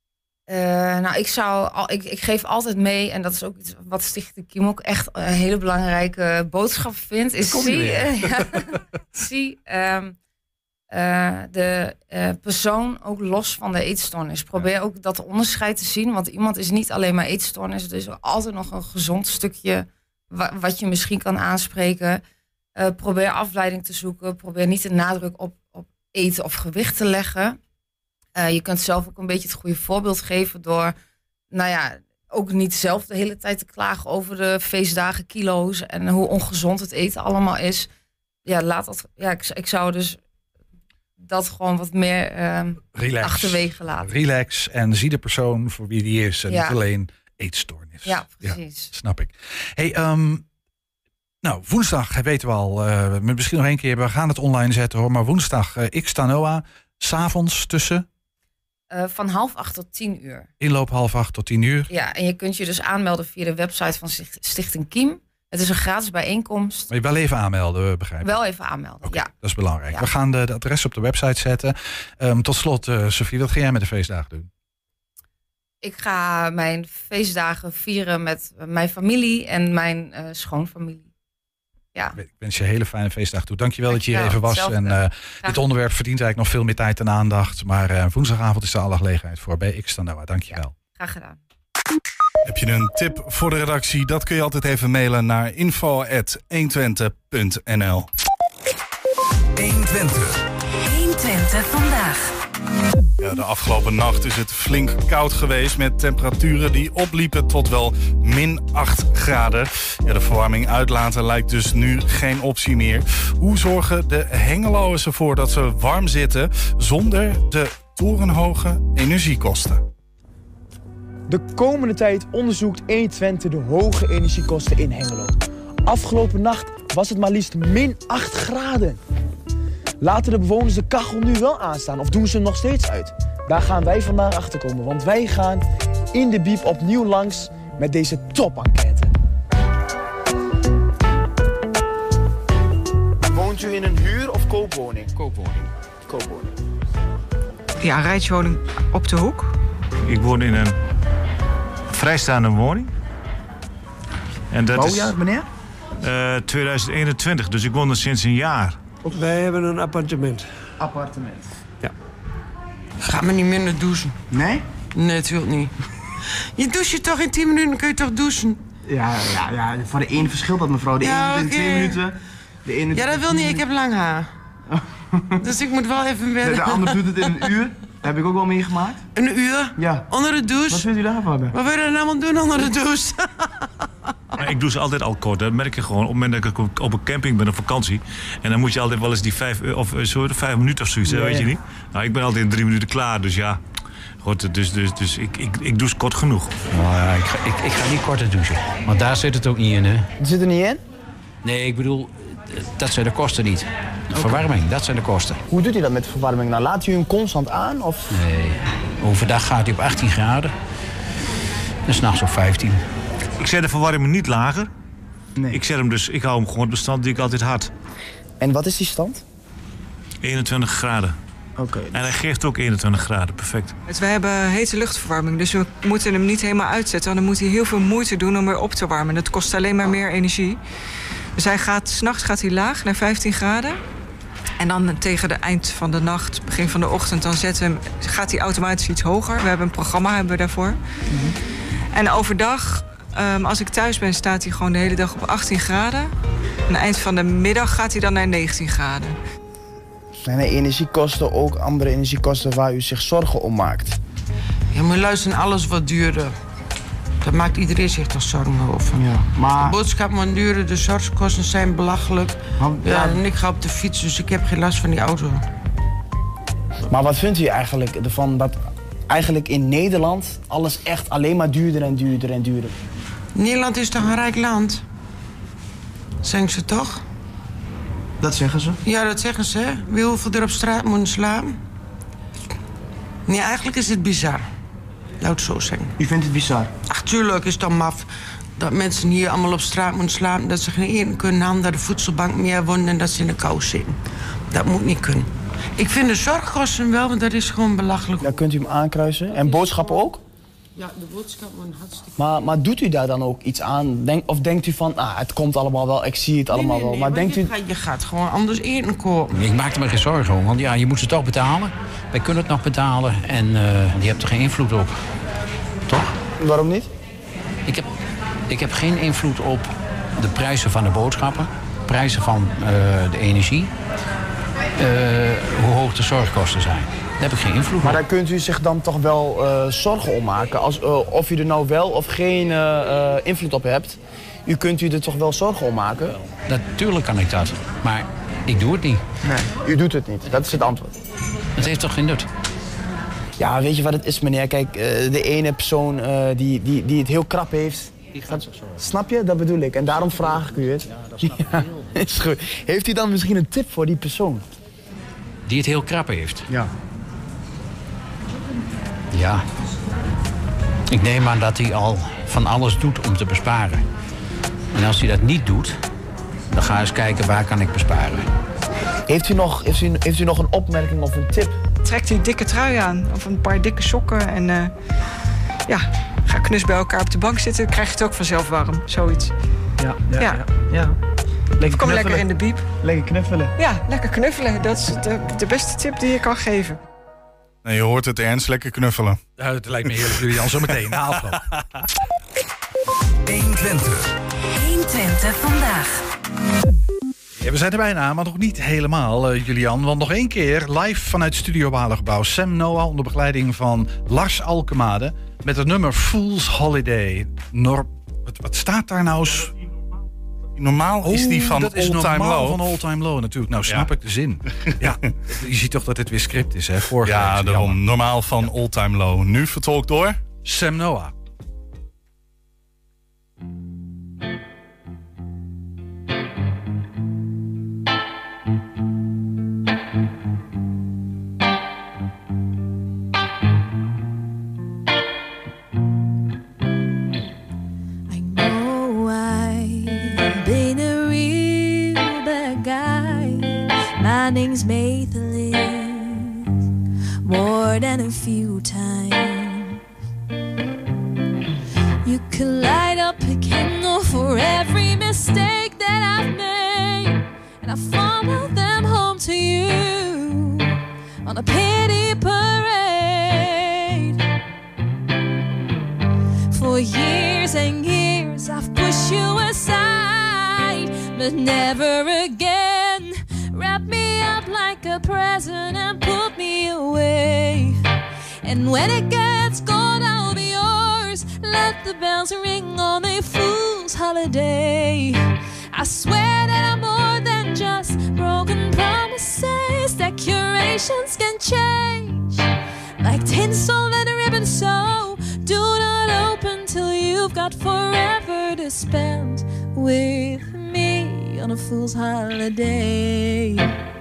Uh, nou, ik, zou al, ik, ik geef altijd mee, en dat is ook iets wat Stichting Kiem ook echt een hele belangrijke boodschap vindt. Is zie, uh, ja, zie um, uh, de uh, persoon ook los van de eetstoornis. Probeer ja. ook dat onderscheid te zien, want iemand is niet alleen maar eetstoornis. Er is altijd nog een gezond stukje wa- wat je misschien kan aanspreken. Uh, probeer afleiding te zoeken. Probeer niet de nadruk op, op eten of gewicht te leggen. Uh, je kunt zelf ook een beetje het goede voorbeeld geven door, nou ja, ook niet zelf de hele tijd te klagen over de feestdagen, kilo's en hoe ongezond het eten allemaal is. Ja, laat dat. Ja, ik, ik zou dus dat gewoon wat meer uh, Relax. achterwege laten. Relax en zie de persoon voor wie die is en ja. niet alleen eetstoornis. Ja, precies. Ja, snap ik. Hey, um, nou, woensdag weten we al, uh, misschien nog één keer, we gaan het online zetten hoor, maar woensdag uh, ik sta Noah, 's avonds tussen... Uh, van half acht tot tien uur. Inloop half acht tot tien uur. Ja, en je kunt je dus aanmelden via de website van Stichting Kiem. Het is een gratis bijeenkomst. Maar je wel even aanmelden, begrijp ik? Wel even aanmelden, okay, ja. Dat is belangrijk. Ja. We gaan de, de adres op de website zetten. Um, tot slot, uh, Sophie, wat ga jij met de feestdagen doen? Ik ga mijn feestdagen vieren met mijn familie en mijn uh, schoonfamilie. Ja. Ik wens je een hele fijne feestdag toe. Dankjewel dat je hier Dankjewel, even was. En uh, dit onderwerp verdient eigenlijk nog veel meer tijd en aandacht. Maar uh, woensdagavond is er alle gelegenheid voor bij X Noah. Dankjewel. Ja, graag gedaan. Heb je een tip voor de redactie? Dat kun je altijd even mailen naar info at honderdtwintig punt n l. honderdtwintig. honderdtwintig vandaag. Ja, de afgelopen nacht is het flink koud geweest met temperaturen die opliepen tot wel min acht graden. Ja, de verwarming uitlaten lijkt dus nu geen optie meer. Hoe zorgen de Hengeloers ervoor dat ze warm zitten zonder de torenhoge energiekosten? De komende tijd onderzoekt honderdtwintig de hoge energiekosten in Hengelo. Afgelopen nacht was het maar liefst min acht graden. Laten de bewoners de kachel nu wel aanstaan of doen ze hem nog steeds uit? Daar gaan wij vandaag achter komen, want wij gaan in de Biep opnieuw langs met deze top-enquête. Woont u in een huur- of koopwoning? Koopwoning. Koopwoning. Ja, een rijtjeswoning op de hoek. Ik woon in een vrijstaande woning. En dat Bouwjaar, is meneer? Uh, tweeduizend eenentwintig, dus ik woon er sinds een jaar. Wij hebben een appartement. Appartement. Ja. Ga me niet minder douchen. Nee? Nee, natuurlijk niet. Je doucht je toch in tien minuten, kun je toch douchen? Ja, ja, ja, voor de ene verschilt dat, mevrouw. De ja, ene doet okay. in twee minuten. De ene ja, dat wil niet. Ik heb lang haar. Dus ik moet wel even wennen. De ander doet het in een uur. Dat heb ik ook wel meegemaakt. Een uur? Ja. Onder de douche? Wat vindt u daarvan? Wat wil je dan allemaal doen onder de douche? Ik douche altijd al kort. Dat merk je gewoon op het moment dat ik op een camping ben op vakantie. En dan moet je altijd wel eens die vijf, of, sorry, vijf minuten of zoiets, ja, weet je niet? Nou, ik ben altijd in drie minuten klaar, dus ja. Goed, dus, dus, dus ik, ik, ik douche kort genoeg. Nou ja, ik ga, ik, ik ga niet korter douchen. Want daar zit het ook niet in, hè? Zit er niet in? Nee, ik bedoel, dat zijn de kosten niet. De verwarming, dat zijn de kosten. Hoe doet u dat met de verwarming? Nou, laat u hem constant aan? Of? Nee, overdag gaat hij op achttien graden. En s'nachts op vijftien. Ik zet de verwarming niet lager. Nee. Ik, zet hem dus, ik hou hem gewoon op de stand die ik altijd had. En wat is die stand? eenentwintig graden. Oké. Okay. En hij geeft ook eenentwintig graden, perfect. We hebben hete luchtverwarming, dus we moeten hem niet helemaal uitzetten. Want dan moet hij heel veel moeite doen om weer op te warmen. Dat kost alleen maar meer energie. Dus hij gaat, 's nachts gaat hij laag naar vijftien graden. En dan tegen de eind van de nacht, begin van de ochtend, dan zetten we hem, gaat hij automatisch iets hoger. We hebben een programma hebben we daarvoor. Mm-hmm. En overdag, um, als ik thuis ben, staat hij gewoon de hele dag op achttien graden. Aan het eind van de middag gaat hij dan naar negentien graden. Zijn er energiekosten ook andere energiekosten waar u zich zorgen om maakt? Ja, maar luister, alles wat duurder. Daar maakt iedereen zich toch zorgen over. Ja, maar... De boodschappen worden duurder, de zorgkosten zijn belachelijk. Maar, ja, ja, en ik ga op de fiets, dus ik heb geen last van die auto. Maar wat vindt u eigenlijk ervan dat eigenlijk in Nederland alles echt alleen maar duurder en duurder en duurder? Nederland is toch een rijk land? Zeggen ze toch? Dat zeggen ze? Ja, dat zeggen ze. Wie hoeveel er op straat moeten slapen? Nee, eigenlijk is het bizar. Laat het zo zeggen. U vindt het bizar? Ach, tuurlijk is het dan maf dat mensen hier allemaal op straat moeten slapen. Dat ze geen eten kunnen halen, dat de voedselbank meer wonen en dat ze in de kou zitten. Dat moet niet kunnen. Ik vind de zorgkosten wel, want dat is gewoon belachelijk. Dan kunt u hem aankruisen. En boodschappen ook? Ja, de boodschap was hartstikke... Maar, maar doet u daar dan ook iets aan? Denk, of denkt u van, ah, het komt allemaal wel, ik zie het allemaal nee, nee, nee, wel. Maar denkt je, u... gaat, je gaat gewoon anders eten kopen. Ik maak er me geen zorgen om, want ja, je moet ze toch betalen. Wij kunnen het nog betalen en uh, je hebt er geen invloed op. Toch? Waarom niet? Ik heb, ik heb geen invloed op de prijzen van de boodschappen, prijzen van uh, de energie, uh, hoe hoog de zorgkosten zijn. Daar heb ik geen invloed op. Maar daar kunt u zich dan toch wel uh, zorgen om maken. Als, uh, of u er nou wel of geen uh, uh, invloed op hebt. U kunt u er toch wel zorgen om maken? Natuurlijk kan ik dat. Maar ik doe het niet. Nee, u doet het niet. Dat is het antwoord. Het heeft toch geen nut? Ja, weet je wat het is, meneer? Kijk, uh, de ene persoon uh, die, die, die het heel krap heeft... Die gaat zich zorgen. Snap je? Dat bedoel ik. En daarom vraag ik u het. Ja, dat snap ik ja, heel. is goed. Heeft u dan misschien een tip voor die persoon? Die het heel krap heeft? Ja. Ja. Ik neem aan dat hij al van alles doet om te besparen. En als hij dat niet doet, dan ga eens kijken waar kan ik besparen. Heeft u nog, heeft u, heeft u nog een opmerking of een tip? Trek die dikke trui aan of een paar dikke sokken en uh, ja, ga knus bij elkaar op de bank zitten. Dan krijg je het ook vanzelf warm, zoiets. Ja, ja, ja. ja. ja. Lekker kom lekker in de biep. Lekker knuffelen. Ja, lekker knuffelen. Dat is de, de beste tip die je kan geven. Nee, je hoort het Ernst, lekker knuffelen. Ja, het lijkt me heerlijk, Julian. Zometeen, na afloop. honderdtwintig. honderdtwintig vandaag. Ja, we zijn er bijna, maar nog niet helemaal, uh, Julian. Want nog één keer live vanuit Studio Walengebouw. Sam Noah onder begeleiding van Lars Alkemade. Met het nummer Fool's Holiday. Nor- wat, wat staat daar nou? Normaal is die van dat is All Time normaal Low. van All Time Low natuurlijk. Nou snap Ja. ik de zin. Ja, je ziet toch dat het weer script is, hè? Vorige Ja, week, daarom. jammer. Normaal van All Time Low. Nu vertolkt door... Sam Noah. know I've been a real bad guy. My name's Maithlin, more than a few times. You could light up a candle for every mistake that I've made, and I follow them home to you on a pity parade. For years and years I've pushed you aside, but never again. Wrap me up like a present and put me away. And when it gets cold I'll be yours. Let the bells ring on a fool's holiday. I swear that I'm more than just broken promises. Decorations can change like tinsel and a ribbon, so do not open till you've got forever to spend with me on a fool's holiday.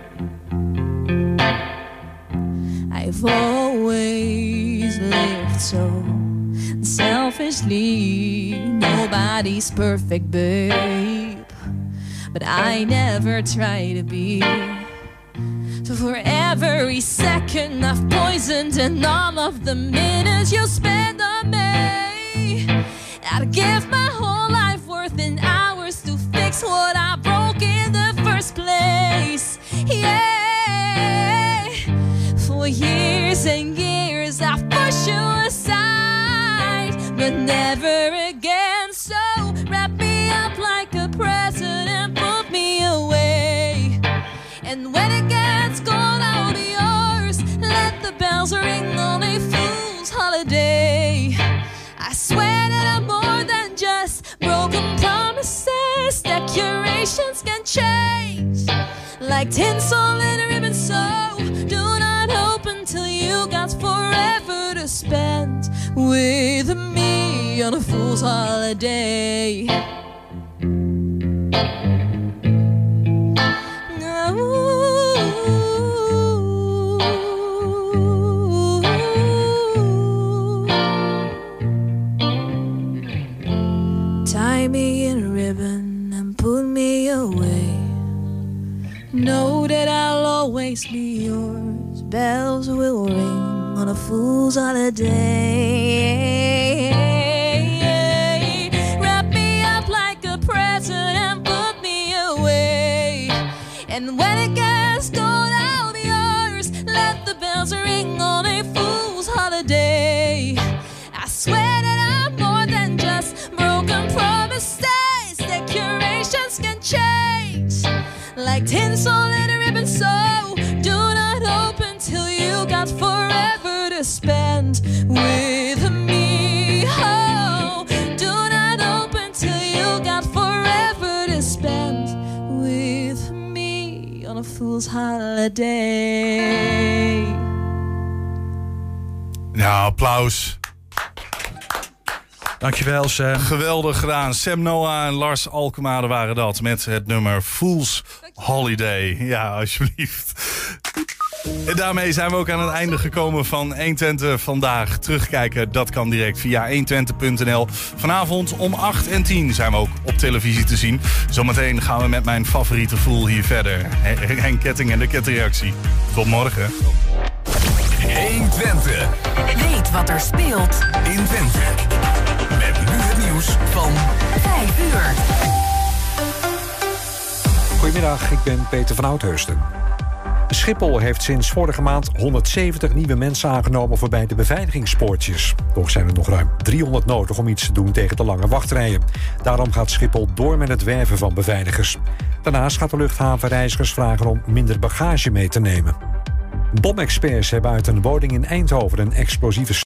I've always lived so selfishly. Nobody's perfect, babe, but I never try to be. So for every second I've poisoned and all of the minutes you spend on me, I'd give my whole life worth in hours to fix what I broke in the first place. Yeah, for years and years I've pushed you aside, but never again. So wrap me up like a present and put me away. And when it gets cold I'll be yours. Let the bells ring on a fool's holiday. I swear that I'm more than just broken promises. Decorations can change like tinsel and a ribbon, so do not open till you got forever to spend with me on a fool's holiday. Tie me in a ribbon and put me away. Know that I'll always be yours. Bells will ring on a fool's holiday. holiday. Ja, applaus. Dankjewel, Sam. Geweldig gedaan. Sam Noah en Lars Alkemade waren dat met het nummer Fool's Holiday. Ja, alsjeblieft. En daarmee zijn we ook aan het einde gekomen van honderdtwintig vandaag. Terugkijken, dat kan direct via honderdtwintig punt n l. Vanavond om acht en tien zijn we ook op televisie te zien. Zometeen gaan we met mijn favoriete Fool hier verder. Henk Ketting en de Ketreactie. Tot morgen. honderdtwintig. Weet wat er speelt in Twente. Met nu het nieuws van vijf uur. Goedemiddag, ik ben Peter van Oudheusden. Schiphol heeft sinds vorige maand honderdzeventig nieuwe mensen aangenomen voor bij de beveiligingspoortjes. Toch zijn er nog ruim driehonderd nodig om iets te doen tegen de lange wachtrijen. Daarom gaat Schiphol door met het werven van beveiligers. Daarnaast gaat de luchthaven reizigers vragen om minder bagage mee te nemen. Bomexperts hebben uit een woning in Eindhoven een explosieve